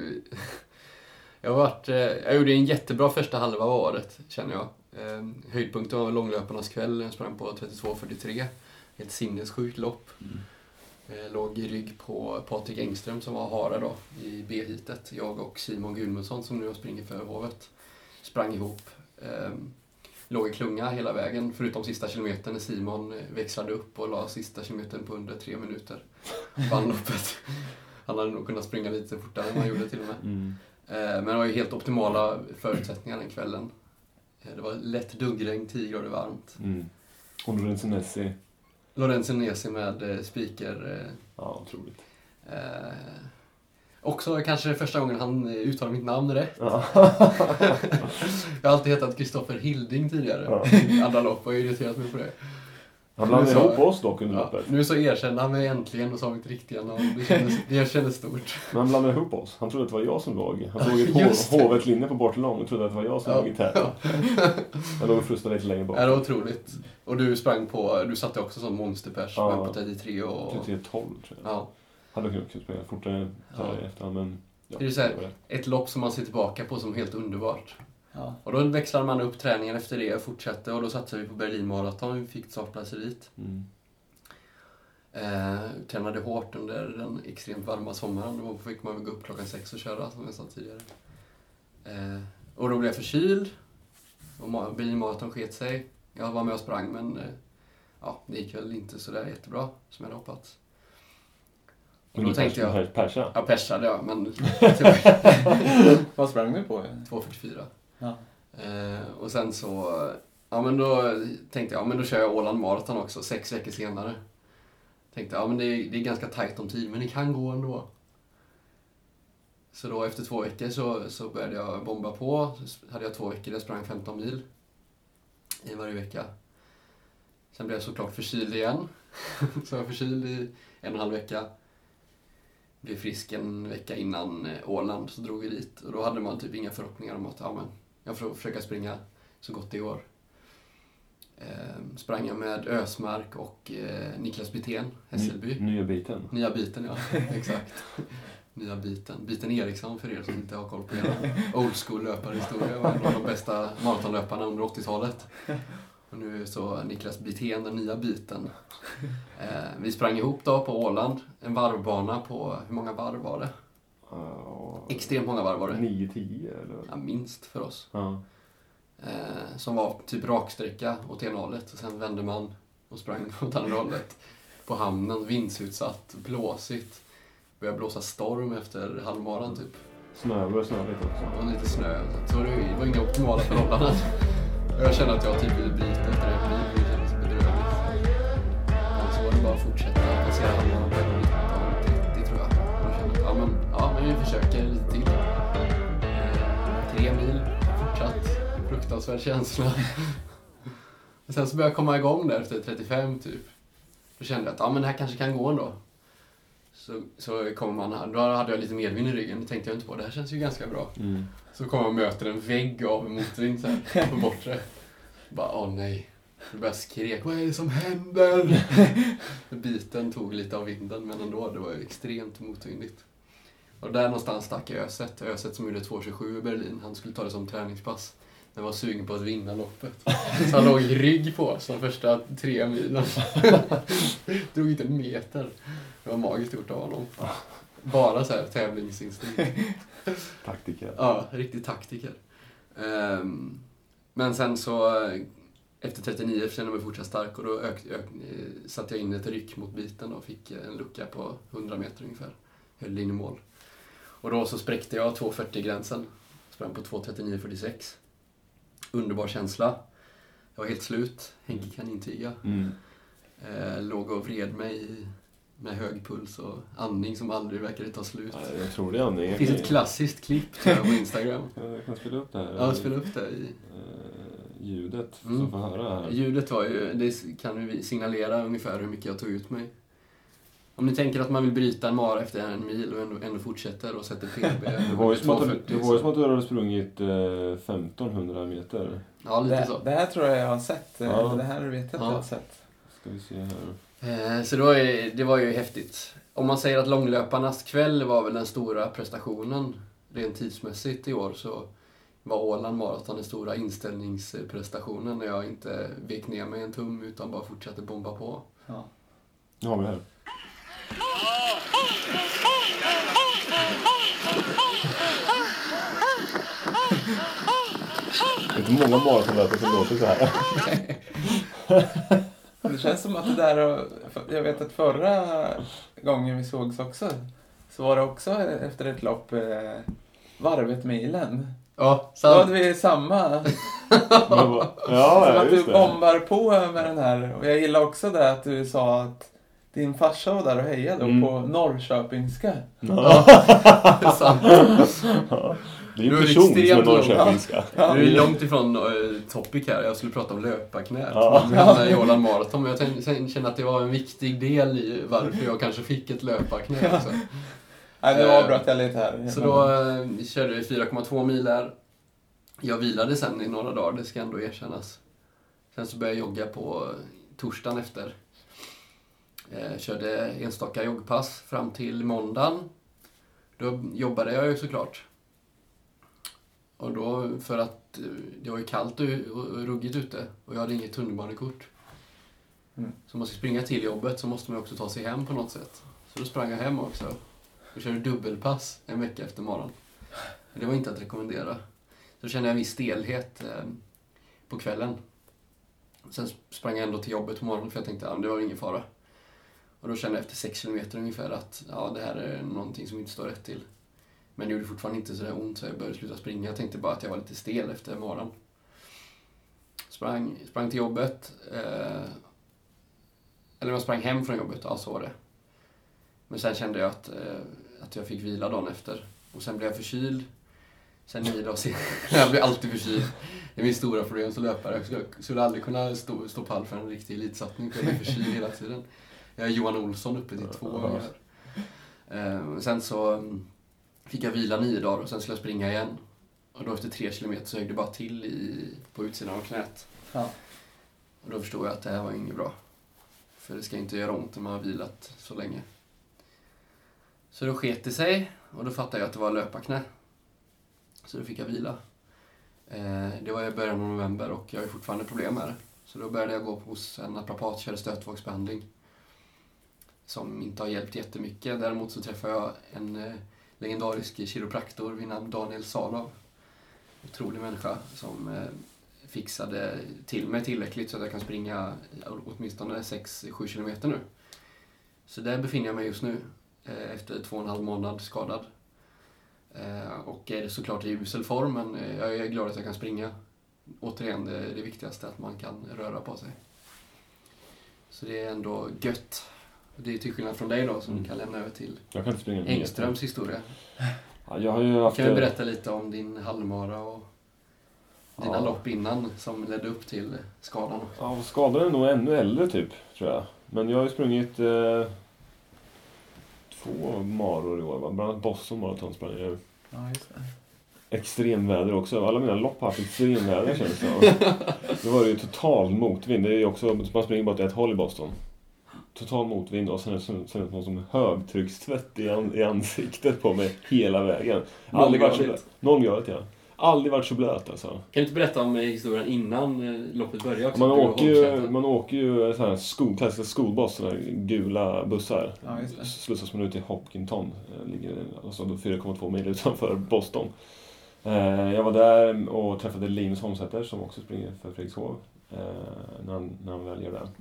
[SPEAKER 4] Jag, har varit, eh, jag gjorde en jättebra första halva av året, känner jag. Eh, höjdpunkten var långlöparnas kväll. Jag sprang på trettiotvå fyrtiotre. Ett sinnessjukt lopp.
[SPEAKER 3] Mm.
[SPEAKER 4] Eh, låg i rygg på Patrik Engström som var hara då i B-hitet. Jag och Simon Gudmundsson som nu springer för hovet sprang ihop. Eh, låg i klunga hela vägen förutom sista kilometern när Simon växlade upp och la sista kilometern på under tre minuter. Vann loppet. Han hade nog kunnat springa lite fortare än han gjorde till och med.
[SPEAKER 3] Mm.
[SPEAKER 4] Men det var ju helt optimala förutsättningar den kvällen. Det var lätt duggregn, tio grader varmt.
[SPEAKER 3] Mm. Och Lorenzo Nessi.
[SPEAKER 4] Lorenzo Nessi med speaker.
[SPEAKER 3] Ja, otroligt.
[SPEAKER 4] Eh, också kanske första gången han uttalade mitt namn rätt.
[SPEAKER 3] Ja.
[SPEAKER 4] Jag har alltid hetat Kristoffer Hilding tidigare.
[SPEAKER 3] Ja.
[SPEAKER 4] Andra lopp och jag har irriterat mig på det.
[SPEAKER 3] Han blandade ihop oss dock under
[SPEAKER 4] Ja,
[SPEAKER 3] loppet.
[SPEAKER 4] nu så erkände han mig äntligen och sa mitt riktiga namn. Det kändes, det kändes stort.
[SPEAKER 3] Men han blandade ihop oss. Han trodde att det var jag som låg. Han såg ett
[SPEAKER 4] Just det.
[SPEAKER 3] hov, hovet linje på Bortelång och trodde att det var jag som
[SPEAKER 4] Ja.
[SPEAKER 3] låg i täten. Jag låg och frustade lite längre bak.
[SPEAKER 4] Ja, det var otroligt. Och du sprang på, du satte också sån monsterpers
[SPEAKER 3] Ja.
[SPEAKER 4] på trettiotre och...
[SPEAKER 3] trettiotre tolv tror jag.
[SPEAKER 4] Ja.
[SPEAKER 3] Hade nog kunnat springa fortare så här
[SPEAKER 4] Ja.
[SPEAKER 3] i efterhand, men... Ja,
[SPEAKER 4] Det är så här,
[SPEAKER 3] det var det.
[SPEAKER 4] ett lopp som man ser tillbaka på som helt underbart.
[SPEAKER 2] Ja.
[SPEAKER 4] Och då växlade man upp träningen efter det och fortsatte och då satsade vi på Berlin Marathon. Vi fick startplatser dit.
[SPEAKER 3] Mm.
[SPEAKER 4] Eh, tränade hårt under den extremt varma sommaren. Då fick man gå upp klockan sex och köra som jag sa tidigare. Eh, och då blev jag förkyld. Och ma- Berlin Marathon sket sig. Jag var med och sprang men eh, ja, det gick väl inte så där jättebra som jag hade hoppats. Och då
[SPEAKER 3] Men
[SPEAKER 4] tänkte jag...
[SPEAKER 3] Per, Persa.
[SPEAKER 4] Ja, persade jag, men...
[SPEAKER 2] Vad sprang du på?
[SPEAKER 4] två fyrtiofyra.
[SPEAKER 2] Ja.
[SPEAKER 4] Eh, och sen så... Ja, men då tänkte jag, ja men då kör jag Åland Marathon också, sex veckor senare. Tänkte, ja men det är, det är ganska tajt om tid, men det kan gå ändå. Så då efter två veckor så, så började jag bomba på. Så hade jag två veckor där jag sprang femton mil i varje vecka. Sen blev jag såklart förkyld igen. Så jag var förkyld i en och en halv vecka. Blev frisk en vecka innan Åland, så drog vi dit. Och då hade man typ inga förhoppningar om att ja, men jag får försöka springa så gott det går. Eh, sprang jag med Ösmark och eh, Niklas Bithén, Hässelby.
[SPEAKER 3] Ny, nya biten.
[SPEAKER 4] Nya biten, ja. Exakt. Nya biten. Biten Eriksson för er som inte har koll på era old school löparhistoria. Var en av de bästa maratonlöparna under åttiotalet. Och nu är så Niklas Bithén den nya biten. Eh, vi sprang ihop då på Åland. En varvbana på, hur många varv var det?
[SPEAKER 3] Uh,
[SPEAKER 4] Extremt många varv var det.
[SPEAKER 3] nio tio eller?
[SPEAKER 4] Ja, minst för oss.
[SPEAKER 3] Ja.
[SPEAKER 4] Eh, som var typ raksträcka åt ena hållet och sen vände man och sprang åt andra hållet. På hamnen, vindsutsatt, blåsigt. Började blåsa storm efter halvmaran typ.
[SPEAKER 3] Snö, var det snöigt också?
[SPEAKER 4] Och lite snö. Så det var inga optimala förhållanden. Och jag kände att jag typ ville bryta efter en mil. Det kändes bedrövligt. Men så var det bara att fortsätta passera halvmaran på en nitton trettio tror jag. Och jag kände att ja men, ja, men vi försöker lite till. Eh, tre mil, fortsatt. Fruktansvärd känsla. Och sen så började jag komma igång där efter trettiofem typ. Då kände jag att ja, men det här kanske kan gå ändå. Så, så kommer man här. Då hade jag lite medvind i ryggen. Det tänkte jag inte på. Det här känns ju ganska bra.
[SPEAKER 3] Mm.
[SPEAKER 4] Så kommer man och möter en vägg av motvind så här på bortre. Bara åh nej. Jag började skrek. Vad är det som händer? Biten tog lite av vinden. Men ändå, det var ju extremt motvindigt. Och där någonstans stack Öset. Öset som gjorde två tjugosju i Berlin. Han skulle ta det som träningspass. Men var sugen på att vinna loppet. Så han låg i rygg på oss de första tre milen. Drog inte en meter. Det var magiskt gjort av honom. Bara så här tävlingsinstinkt.
[SPEAKER 3] Taktiker.
[SPEAKER 4] Ja, riktig taktiker. Um, men sen så efter trettionio kände jag mig fortsatt stark och då ök, ök, satte jag in ett ryck mot biten och fick en lucka på hundra meter ungefär. Höll linjemål. Och då så spräckte jag två fyrtio-gränsen. Sprang på två trettionio fyrtiosex. Underbar känsla. Jag var helt slut. Henke kan intyga.
[SPEAKER 3] Mm.
[SPEAKER 4] Eh, låg och vred mig med hög puls och andning som aldrig verkade ta slut.
[SPEAKER 3] Ja, jag tror det är andning.
[SPEAKER 4] Det finns ett klassiskt klipp tror jag, på Instagram.
[SPEAKER 3] Jag kan spela upp det här.
[SPEAKER 4] Ja, spela upp det i...
[SPEAKER 3] Uh, ljudet,
[SPEAKER 4] Mm.
[SPEAKER 3] så får höra här.
[SPEAKER 4] Ljudet var ju, det kan ju signalera ungefär hur mycket jag tog ut mig. Om ni tänker att man vill bryta en mara efter en mil och ändå, ändå fortsätter och sätter P B.
[SPEAKER 3] Det var ju som att, det var ju som att du hade sprungit eh, femtonhundra meter.
[SPEAKER 4] Ja, lite
[SPEAKER 2] Det,
[SPEAKER 4] så.
[SPEAKER 2] det här tror jag jag har sett.
[SPEAKER 3] Ja.
[SPEAKER 2] Det här vet jag att
[SPEAKER 4] Ja.
[SPEAKER 2] jag har sett.
[SPEAKER 3] Ska vi se här.
[SPEAKER 4] Eh, så det var, ju, det var ju häftigt. Om man säger att långlöparnas kväll var väl den stora prestationen rent tidsmässigt i år, så var Åland Marathon den stora inställningsprestationen när jag inte vek ner mig en tum utan bara fortsatte bomba på.
[SPEAKER 2] Ja.
[SPEAKER 3] Nu har vi här. Det är inte många maratonlöpare som låter så här.
[SPEAKER 2] Det känns som att det där... Jag vet att förra gången vi sågs också så var det också efter ett lopp eh, varvet milen.
[SPEAKER 4] Ja,
[SPEAKER 2] Då
[SPEAKER 4] sant.
[SPEAKER 2] hade vi samma.
[SPEAKER 3] Men vad- ja,
[SPEAKER 2] Som
[SPEAKER 3] ja,
[SPEAKER 2] att
[SPEAKER 3] just
[SPEAKER 2] du
[SPEAKER 3] det.
[SPEAKER 2] bombar på med den här. Och jag gillar också det att du sa att din farsa var där och hejade
[SPEAKER 3] Mm.
[SPEAKER 2] på norrköpingska.
[SPEAKER 3] Ja.
[SPEAKER 4] Ja, sant.
[SPEAKER 3] Ja. Det är ju
[SPEAKER 4] Du
[SPEAKER 3] en
[SPEAKER 4] är
[SPEAKER 3] person som är
[SPEAKER 4] extremt lång.
[SPEAKER 3] norrköpingska.
[SPEAKER 2] Ja.
[SPEAKER 4] Du är långt ifrån uh, topic här. Jag skulle prata om löparknät.
[SPEAKER 3] Ja.
[SPEAKER 4] Ja. I Åland Marathon. Men jag tän- sen kände att det var en viktig del i varför jag kanske fick ett löparknät också.
[SPEAKER 2] Nej, nu avbröt jag lite här.
[SPEAKER 4] Så då uh, körde vi fyra komma två miler. Jag vilade sen i några dagar, det ska ändå erkännas. Sen så började jag jogga på torsdagen efter. Eh, körde enstaka joggpass fram till måndagen. Då jobbade jag ju såklart. Och då, för att eh, det var ju kallt och, och ruggigt ute och jag hade inget tunnelbanekort.
[SPEAKER 2] Mm.
[SPEAKER 4] Så om man ska springa till jobbet så måste man också ta sig hem på något sätt. Så då sprang jag hem också. Och körde dubbelpass en vecka efter morgon. Det var inte att rekommendera. Så kände jag en viss stelhet eh, på kvällen. Sen sprang jag ändå till jobbet på morgonen för jag tänkte att ja, det var ingen fara. Och då kände jag efter sex kilometer ungefär att ja, det här är någonting som inte står rätt till. Men det gjorde fortfarande inte så där ont så jag började sluta springa. Jag tänkte bara att jag var lite stel efter morgonen. Sprang, sprang till jobbet. Eh, eller jag sprang hem från jobbet, ja så var det. Men sen kände jag att, eh, att jag fick vila dagen efter. Och sen blev jag förkyld. Sen nio dagar senare. Jag blir alltid förkyld. Det är min stora problem som löpare. Jag skulle, skulle aldrig kunna stå, stå pall för en riktig elitsatsning. För jag blir förkyld hela tiden. Jag är Johan Olsson uppe till två gånger. Eh, sen så fick jag vila nio dagar och sen skulle jag springa igen. Och då efter tre kilometer så högg det bara till i, på utsidan av knät.
[SPEAKER 2] Ja.
[SPEAKER 4] Och då förstod jag att det här var inget bra. För det ska inte göra ont när man har vilat så länge. Så då sket det sig och då fattade jag att det var löparknä. Så då fick jag vila. Eh, det var i början av november och jag har fortfarande problem med det. Så då började jag gå hos en naprapat och körde stötvågsbehandling. Som inte har hjälpt jättemycket. Däremot så träffade jag en eh, legendarisk kiropraktor vid namn Daniel Salov. Otrolig människa som eh, fixade till mig tillräckligt så att jag kan springa åtminstone sex till sju kilometer nu. Så där befinner jag mig just nu eh, efter två och en halv månad skadad. Eh, och är såklart i usel form, men eh, jag är glad att jag kan springa. Återigen, det är det viktigaste att man kan röra på sig. Så det är ändå gött. Det är till skillnad från dig då som
[SPEAKER 3] Mm.
[SPEAKER 4] du kan lämna över till
[SPEAKER 3] Jag kan inte springa
[SPEAKER 4] Engströms historia.
[SPEAKER 3] Ja, jag har ju haft...
[SPEAKER 4] Kan du berätta lite om din halvmara och dina
[SPEAKER 3] Ja.
[SPEAKER 4] lopp innan som ledde upp till skadan?
[SPEAKER 3] Ja, skadade är nog ännu äldre typ, tror jag. Men jag har ju sprungit eh, två maror i år, va? Bland annat Boston Marathon sprang jag.
[SPEAKER 2] Ja, just det.
[SPEAKER 3] Extremväder också. Alla mina lopp har haft extremväder, känns det som. Det var ju total motvind. Det är ju också, man springer bara till ett håll i Boston. Total motvind och sen är det som, som, som högtryckstvätt i, an, i ansiktet på mig hela vägen. Aldrig varit så blöt. Nollgradigt, ja. Aldrig varit så blöt alltså.
[SPEAKER 4] Kan du inte berätta om historien innan loppet började också?
[SPEAKER 3] Man åker ju, man åker ju så här skol, klassiska skolbuss, såna här gula bussar.
[SPEAKER 2] Ja, just det.
[SPEAKER 3] Slussas man ut i Hopkinton, ligger alltså då fyra komma två mil utanför Boston. Eh, jag var där och träffade Linus Holmsäter som också springer för Fredrikshov eh, när, han, när han väl gör det.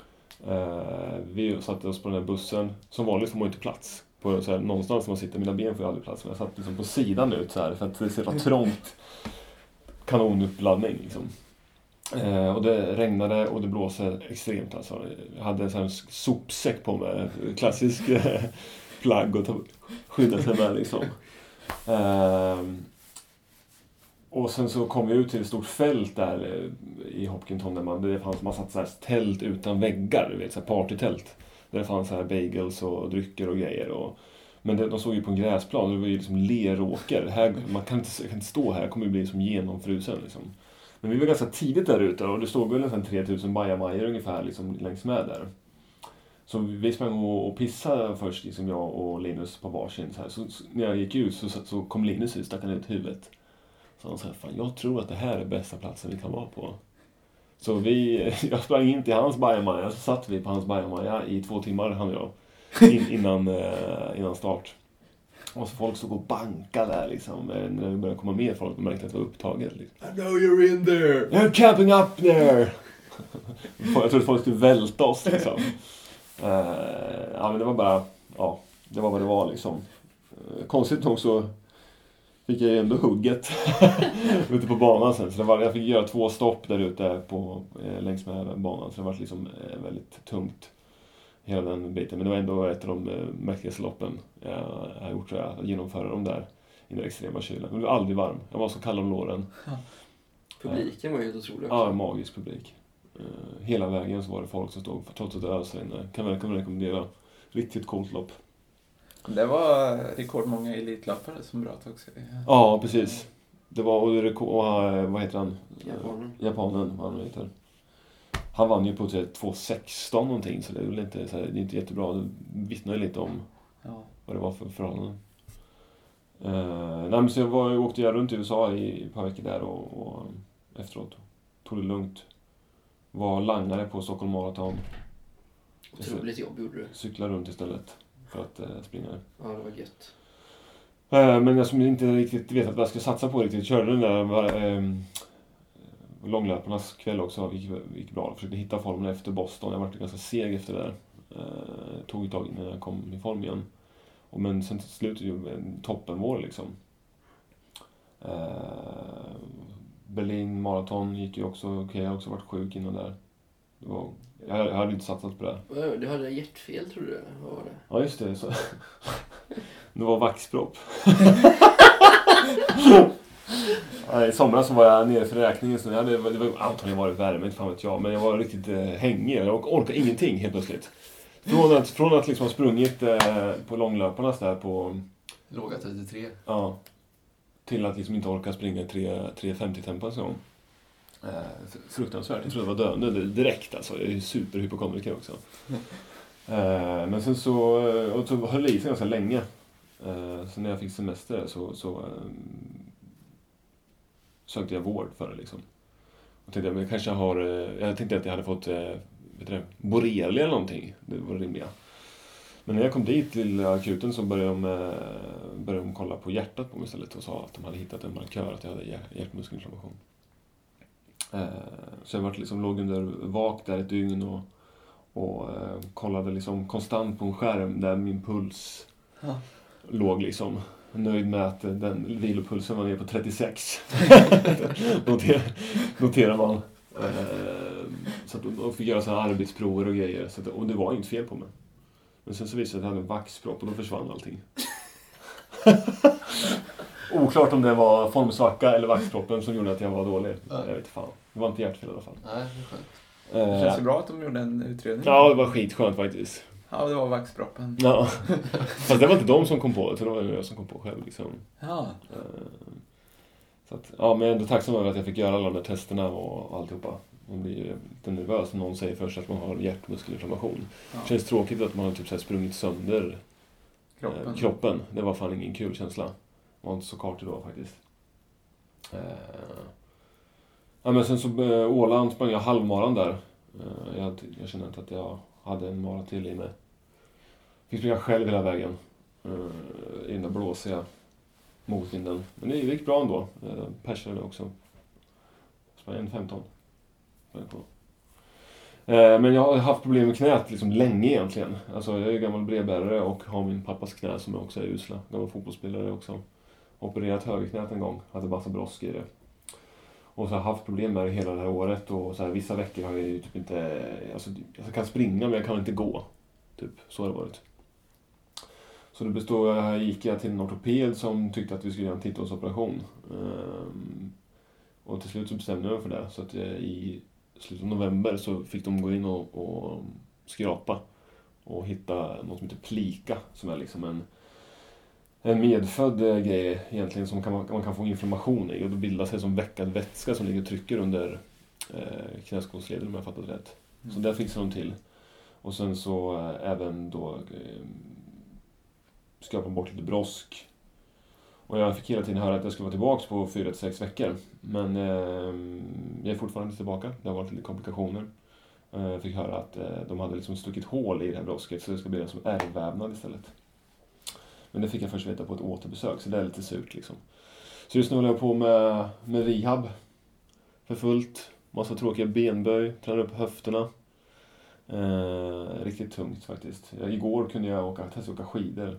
[SPEAKER 3] Eh, vi satte oss på den här bussen. Som vanligt får man inte plats. På, så här, någonstans man sitter, mina ben får aldrig plats. Men jag satt liksom på sidan ut så här, för att det ser trångt. Kanonuppladdning liksom. Eh, och det regnade och det blåser extremt alltså. Jag hade en sån här sopsäck på mig. Klassisk eh, plagg att ta, skydda sig med liksom. Eh, och sen så kom vi ut till ett stort fält där i Hopkinton där man, det fanns massa så här tält utan väggar, du vet, så här partytält. Där det fanns så här bagels och drycker och grejer. Och, men det, de såg ju på en gräsplan och det var ju liksom leråker. Här, man kan inte, kan inte stå här, det kommer ju bli som genomfrusen liksom. Men vi var ganska tidigt där ute och det stod väl nästan tre tusen bajamajor ungefär liksom längs med där. Så vi sprang och, och pissade först, liksom jag och Linus på varsin. Så, här. Så, så när jag gick ut så, så kom Linus ut, stack han ut huvudet. Så han sa, fan, jag tror att det här är bästa platsen vi kan vara på. Så vi, jag sprang in till hans bajamaja, så satt vi på hans bajamaja i två timmar, han och jag, in, innan, eh, innan start. Och så folk stod och bankade där liksom, när det började komma mer folk och märkte att det var upptaget. Liksom. I know you're in there! You're camping up there! Jag trodde folk skulle välta oss liksom. Uh, ja men det var bara, ja, det var vad det var liksom. Eh, konstigt nog så fick jag ju ändå hugget ute på banan sen. Så det var, jag fick göra två stopp där ute på, eh, längs med banan. Så det var liksom eh, väldigt tungt hela den biten. Men det var ändå ett av de eh, mäktigaste loppen jag har gjort, så jag att genomföra dem där i den extrema kylan. Men det var aldrig varm. Jag var så kall om låren.
[SPEAKER 4] Publiken var ju helt otrolig också.
[SPEAKER 3] Ja, magisk publik. Uh, hela vägen så var det folk som stod trots att det ösade inne. Kan man, kan man rekommendera. Riktigt coolt lopp.
[SPEAKER 2] Det var rekordmånga elitlöpare som bröt också.
[SPEAKER 3] Ja, precis. Det var, och, rekord, och vad heter han?
[SPEAKER 4] Japanen.
[SPEAKER 3] Japanen, vad han heter. Han vann ju på två sexton någonting, så det är väl inte, så här, det är inte jättebra. Det vittnar ju lite om
[SPEAKER 2] ja.
[SPEAKER 3] vad det var för förhållanden. Uh, nej, men så jag var, åkte jag runt i U S A i ett par veckor där och, och efteråt tog det lugnt. Var langare på Stockholm Marathon.
[SPEAKER 4] Otroligt jobb gjorde du.
[SPEAKER 3] Cykla runt istället för att uh, springa.
[SPEAKER 4] Ja, det var gött.
[SPEAKER 3] Uh, men jag som inte riktigt vet att vad jag skulle satsa på riktigt. Körde den där uh, långlöparnas kväll också. Gick, gick bra. Jag försökte hitta formen efter Boston. Jag var ganska seg efter det där. Uh, tog ett tag innan jag kom i form igen. Och men sen till slut ju en toppenvår liksom. Uh, Berlin Marathon gick ju också okej. Okay. Jag har också varit sjuk innan där. Det var, jag, jag hade inte satsat på det.
[SPEAKER 4] Du hade hjärtfel, tror du? Vad var det?
[SPEAKER 3] Ja, just det. Så. Det var vaxpropp. Ja, i somras så var jag nere för räkningen. Så jag hade, det var antagligen varit värme, inte fan vet jag. Men jag var riktigt eh, hängig. Jag orkade ingenting helt plötsligt. Från att, från att liksom ha sprungit eh, på långlöparnas där på...
[SPEAKER 4] Låga trettiotre.
[SPEAKER 3] Ja. Till att liksom inte orka springa tre femtio tempo en gång. Eh, fruktansvärt. Jag tror det var döende direkt alltså. Jag är superhypokondriker också. Mm. Eh, men sen så... Och så höll i sig ganska länge. Eh, så när jag fick semester så... så eh, sökte jag vård för det liksom. Och tänkte jag, men jag kanske har... Jag tänkte att jag hade fått... Vet du, borrelia eller någonting. Det var rimliga. Men när jag kom dit till akuten så började de, började de kolla på hjärtat på mig istället och sa att de hade hittat en markör att jag hade hjärtmuskelinflammation. Så jag var liksom, låg under vak där ett dygn och, och kollade liksom konstant på en skärm där min puls ja. låg liksom. Nöjd med att den vilopulsen var ner på trettiosex. Noter, noterar man. Så att de fick göra så här arbetsprover och grejer. Så att, och det var inte fel på mig. Men sen så visade det att jag hade en vaxpropp och då försvann allting. Oklart om det var formsvacka eller vaxproppen som gjorde att jag var dålig. Ja. Jag vet inte fan. Det var inte hjärtfel i alla fall.
[SPEAKER 4] Nej, det är skönt.
[SPEAKER 2] Det känns ju bra att de gjorde en utredning.
[SPEAKER 3] Ja, det var skitskönt faktiskt.
[SPEAKER 2] Ja, det var vaxproppen.
[SPEAKER 3] Ja. Fast det var inte de som kom på det, utan det var jag som kom på själv liksom.
[SPEAKER 2] Ja.
[SPEAKER 3] Så att, ja, men jag är ändå tacksam över att jag fick göra alla de där testerna och alltihopa. Man blir ju lite nervös när någon säger först att man har hjärtmuskelinflammation. Ja. Det känns tråkigt att man har typ så här sprungit sönder kroppen. Eh, kroppen. Det var fan ingen kul känsla. Det var inte så kart idag faktiskt. Eh, ja, men sen så eh, Åland sprang jag halvmaran där. Eh, jag, jag kände inte att jag hade en mara till i mig. Fick springa själv hela vägen. Eh, i den där blåsiga motvinden. Men det gick bra ändå. Eh, persade också. Sprang en femton. Men jag har haft problem med knät liksom länge egentligen. Alltså jag är gammal brevbärare och har min pappas knä som också är usla. Gammal fotbollsspelare också. Opererat högerknät en gång. Hade massa brosk i det. Och så har jag haft problem med det hela det här året. Och så här, vissa veckor har jag ju typ inte... Alltså, jag kan springa men jag kan inte gå. Typ, så har det varit. Så det bestod, här gick jag till en ortoped som tyckte att vi skulle göra en titthålsoperation. Um, och till slut så bestämde jag för det. Så att jag i... slutet av november så fick de gå in och, och skrapa och hitta något som heter plika som är liksom en, en medfödd grej egentligen som kan, man kan få inflammation i och då bildas det som veckad vätska som ligger och trycker under eh, knäskålsleden om jag fattat rätt. Mm. Så där fixar de till. Och sen så eh, även då eh, skrapa bort lite brosk. Och jag fick hela tiden höra att jag skulle vara tillbaka på fyra till sex veckor. Men eh, jag är fortfarande tillbaka. Det har varit lite komplikationer. Eh, jag fick höra att eh, de hade liksom stuckit hål i det här brosket. Så det ska bli som ärrvävnad istället. Men det fick jag först veta på ett återbesök. Så det är lite surt liksom. Så just nu håller jag på med, med rehab. För fullt. Massa tråkiga benböj. Tränar upp höfterna. Eh, riktigt tungt faktiskt. Igår kunde jag åka, testa åka skidor.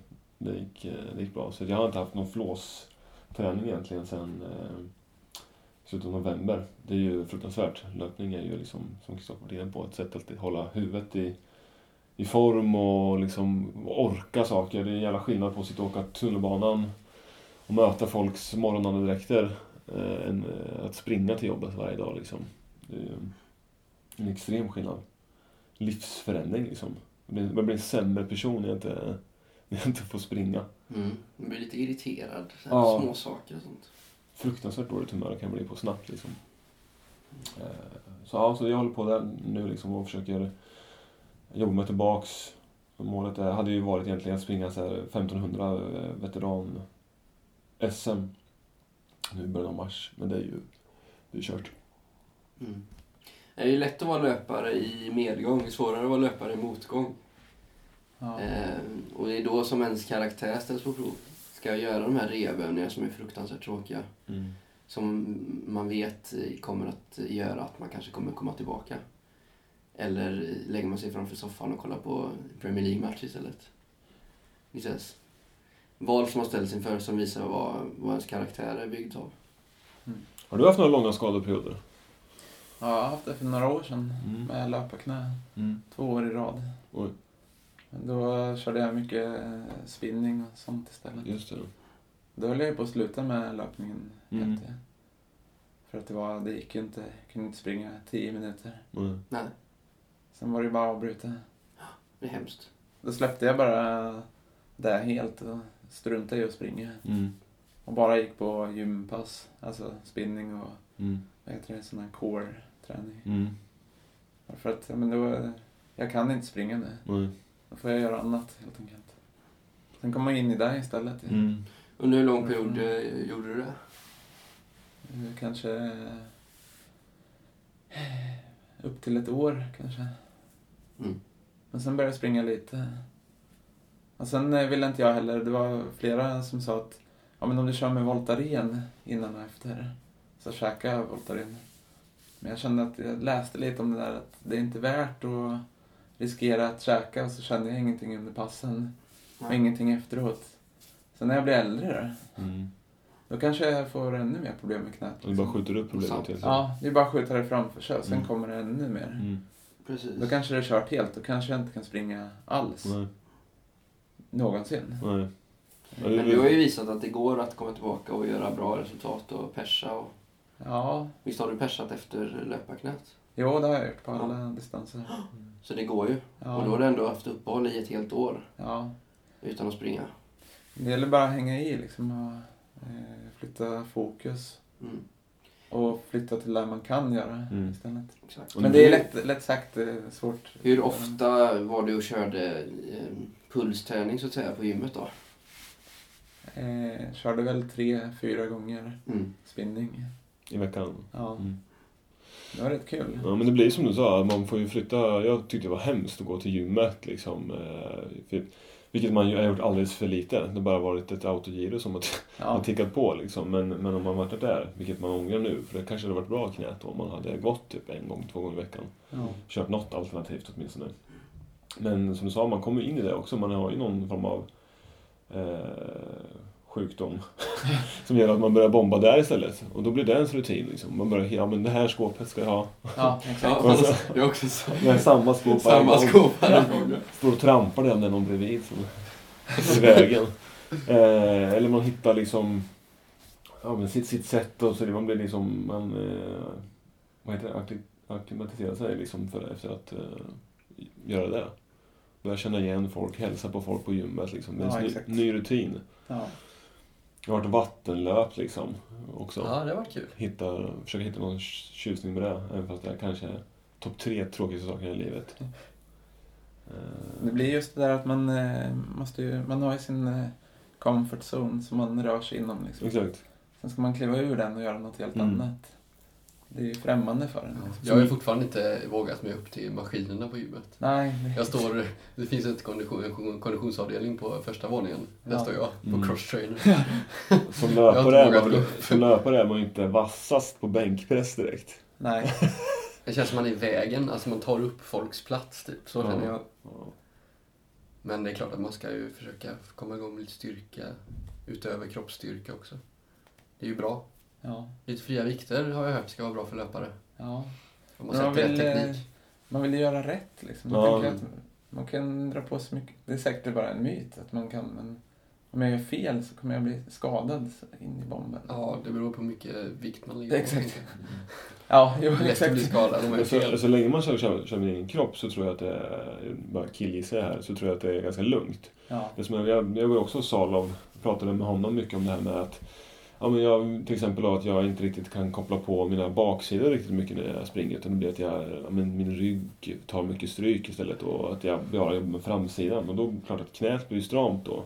[SPEAKER 3] det gick, det gick bra. Så jag har inte haft någon flåsträning egentligen sedan eh, slutet av november. Det är ju fruktansvärt. Löpning är ju liksom, som Kristoffer var inne på, ett sätt att hålla huvudet i, i form och liksom orka saker. Det är en jävla skillnad på att sitta och åka tunnelbanan och möta folks morgonandedräkter eh, än eh, att springa till jobbet varje dag liksom. Det är ju en extrem skillnad. Livsförändring liksom. Man blir en sämre person när jag inte, när jag inte får springa.
[SPEAKER 4] Mm. Man blir lite irriterad.
[SPEAKER 3] Ja.
[SPEAKER 4] Små saker och sånt.
[SPEAKER 3] Fruktansvärt dåligt humör kan bli på snabbt liksom. Mm. Så, ja, så jag håller på där nu liksom och försöker jobba mig tillbaks. Målet är, hade ju varit egentligen att springa så här femtonhundra veteran S M nu i början av mars. Men det är ju, det är kört.
[SPEAKER 4] Mm. Det är ju lätt att vara löpare i medgång, det är svårare att vara löpare i motgång.
[SPEAKER 2] Ja.
[SPEAKER 4] Eh, och det är då som ens karaktär ställs på prov. Ska jag göra de här revövningar som är fruktansvärt tråkiga?
[SPEAKER 3] Mm.
[SPEAKER 4] Som man vet kommer att göra att man kanske kommer komma tillbaka. Eller lägger man sig framför soffan och kollar på Premier League-match istället. Visst. Val som man ställs inför som visar vad, vad ens karaktär är byggd av.
[SPEAKER 2] Mm.
[SPEAKER 3] Har du haft några långa skadeperioder?
[SPEAKER 2] Ja, jag har haft det för några år sedan
[SPEAKER 3] Mm.
[SPEAKER 2] med löparknä.
[SPEAKER 3] Mm.
[SPEAKER 2] Två år i rad.
[SPEAKER 3] Oj,
[SPEAKER 2] Då körde jag mycket spinning och sånt istället.
[SPEAKER 3] just det.
[SPEAKER 2] Då höll jag på att sluta med löpningen
[SPEAKER 3] Mm.
[SPEAKER 2] helt. Ja. För att det, var, det gick ju inte, jag kunde inte springa tio minuter.
[SPEAKER 3] Mm.
[SPEAKER 4] Nej,
[SPEAKER 2] Sen var det bara att avbryta.
[SPEAKER 4] det är hemskt.
[SPEAKER 2] Då släppte jag bara det helt och struntade i att springa.
[SPEAKER 3] Mm.
[SPEAKER 2] Och bara gick på gympass, alltså spinning och
[SPEAKER 3] Mm.
[SPEAKER 2] vad heter det, sån här core-träning.
[SPEAKER 3] Mm.
[SPEAKER 2] För att ja, men då, jag kan inte springa nu.
[SPEAKER 3] Nej.
[SPEAKER 2] Då får jag göra annat helt enkelt. Sen kommer man in i det istället.
[SPEAKER 3] Mm.
[SPEAKER 4] Under hur lång period mm. gjorde du det?
[SPEAKER 2] Kanske upp till ett år kanske.
[SPEAKER 4] Mm.
[SPEAKER 2] Men sen började jag springa lite. Och sen ville inte jag heller, det var flera som sa att ja, men om du kör med Voltaren innan och efter så käkar jag Voltaren. Men jag kände att jag läste lite om det där att det är inte värt att riskera att käka och så kände jag ingenting under passen och
[SPEAKER 4] Nej.
[SPEAKER 2] ingenting efteråt. Sen när jag blir äldre då,
[SPEAKER 3] Mm.
[SPEAKER 2] då kanske jag får ännu mer problem med knät.
[SPEAKER 3] Du bara skjuter upp problemet helt.
[SPEAKER 2] Ja, det är bara att skjuta det framför sig och sen
[SPEAKER 3] Mm.
[SPEAKER 2] kommer det ännu mer.
[SPEAKER 3] Mm.
[SPEAKER 4] Precis.
[SPEAKER 2] Då kanske det är kört helt, då kanske jag inte kan springa alls.
[SPEAKER 3] Nej.
[SPEAKER 2] Någonsin.
[SPEAKER 3] Nej. Ja,
[SPEAKER 4] Men du har ju visat att det går att komma tillbaka och göra bra resultat och persa. Och...
[SPEAKER 2] Ja,
[SPEAKER 4] Visst har du persat efter löparknät?
[SPEAKER 2] jo det har jag gjort på alla distanser.
[SPEAKER 4] Så det går ju.
[SPEAKER 2] Ja.
[SPEAKER 4] Och då har du ändå haft uppehåll i ett helt år
[SPEAKER 2] Ja,
[SPEAKER 4] utan att springa.
[SPEAKER 2] det gäller bara att hänga i liksom och eh, flytta fokus.
[SPEAKER 4] Mm.
[SPEAKER 2] Och flytta till där man kan göra
[SPEAKER 3] Mm.
[SPEAKER 2] istället.
[SPEAKER 4] Exakt.
[SPEAKER 2] Men det är lätt, lätt sagt, eh, svårt.
[SPEAKER 4] Hur ofta var du och körde eh, pulsträning så att säga på gymmet då?
[SPEAKER 2] Eh, körde väl tre, fyra gånger
[SPEAKER 4] Mm.
[SPEAKER 2] spinning.
[SPEAKER 3] I veckan.
[SPEAKER 2] Ja,
[SPEAKER 3] Mm.
[SPEAKER 2] det var rätt kul.
[SPEAKER 3] Ja, men det blir som du sa, man får ju flytta. Jag tyckte det var hemskt att gå till gymmet liksom. eh, för- Vilket man ju har gjort alldeles för lite. Det har bara varit ett autogiro som har t- har
[SPEAKER 2] Ja,
[SPEAKER 3] tickat på liksom. Men, men om man varit där, vilket man ångrar nu, för det kanske hade varit bra knät då, om man hade gått typ en gång, två gånger i veckan.
[SPEAKER 2] ja.
[SPEAKER 3] Kört något alternativt åtminstone. Men som du sa, man kommer in i det också. Man har ju någon form av eh, sjukdom som gör att man börjar bomba där istället. Och då blir det ens rutin liksom. Man börjar, ja men det här skåpet ska jag ha.
[SPEAKER 2] Ja, exakt.
[SPEAKER 4] Ja, det är också så.
[SPEAKER 3] Det är samma skåp.
[SPEAKER 4] Samma
[SPEAKER 3] varje gång.
[SPEAKER 4] skåp varje gång.
[SPEAKER 3] Står och trampar den där någon bredvid som i vägen. Eh, eller man hittar liksom ja, men sitt, sitt sätt och så det, man blir liksom man eh, vad heter det? Aktiv, akklimatisera sig liksom för, efter att eh, göra det. Börja känna igen folk, hälsa på folk på gymmet liksom. Det är
[SPEAKER 2] Ja,
[SPEAKER 3] en ny,
[SPEAKER 2] exakt.
[SPEAKER 3] ny rutin.
[SPEAKER 2] Ja.
[SPEAKER 3] Jag har varit vattenlöp liksom också.
[SPEAKER 4] Ja, det var kul.
[SPEAKER 3] Hitta, försöka hitta någon tjusning med det, även fast det är kanske topp tre tråkigaste saker i livet.
[SPEAKER 2] Det blir just det där att man eh, måste ju, man har ju sin eh, comfort zone som man rör sig inom liksom.
[SPEAKER 3] Exakt.
[SPEAKER 2] Sen ska man kliva ur den och göra något helt
[SPEAKER 3] Mm.
[SPEAKER 2] annat. Det är ju främmande för en. Liksom.
[SPEAKER 4] Jag har ju fortfarande inte vågat mig upp till maskinerna på gymmet.
[SPEAKER 2] Nej, det,
[SPEAKER 4] Jag står, det finns ett kondition, konditionsavdelning på första våningen. Där
[SPEAKER 2] Ja.
[SPEAKER 4] står jag på
[SPEAKER 3] Mm.
[SPEAKER 4] crosstrainer.
[SPEAKER 3] Som
[SPEAKER 4] Jag har
[SPEAKER 3] löpare,
[SPEAKER 4] inte
[SPEAKER 3] är
[SPEAKER 4] vågat
[SPEAKER 3] man,
[SPEAKER 4] gå upp.
[SPEAKER 3] som löpare är man ju inte vassast på bänkpress direkt.
[SPEAKER 2] nej.
[SPEAKER 4] Det känns som man är i vägen, alltså man tar upp folks plats typ. Så
[SPEAKER 3] Ja.
[SPEAKER 4] känner jag.
[SPEAKER 3] Ja.
[SPEAKER 4] Men det är klart att man ska ju försöka komma igång med lite styrka utöver kroppsstyrka också. Det är ju bra.
[SPEAKER 2] Ja.
[SPEAKER 4] Lite fria vikter har jag hört ska vara bra för löpare.
[SPEAKER 2] Ja.
[SPEAKER 4] Om man sätter rätt teknik.
[SPEAKER 2] Man vill göra rätt liksom.
[SPEAKER 3] Ja.
[SPEAKER 2] Jag tänker att man kan dra på sig mycket. Det är säkert bara en myt att man kan, men om jag gör fel så kommer jag bli skadad in i bomben.
[SPEAKER 4] Ja, det beror på hur mycket vikt man ligger
[SPEAKER 2] Exakt. Ja, jo,
[SPEAKER 4] Lätt att
[SPEAKER 2] exakt.
[SPEAKER 4] bli skadad om man gör
[SPEAKER 3] Så,
[SPEAKER 4] fel.
[SPEAKER 3] så länge man kör, kör, kör med egen kropp så tror jag att det är, bara killgissar här, så tror jag att det är ganska lugnt.
[SPEAKER 2] Ja.
[SPEAKER 3] Det som jag, jag var också Salov, pratade med honom mycket om det här med att ja, men jag, till exempel då, att jag inte riktigt kan koppla på mina baksidor riktigt mycket när jag springer, utan det blir att jag, ja, men min rygg tar mycket stryk istället och att jag bara jobbar med framsidan, och då är det klart att knät blir stramt då.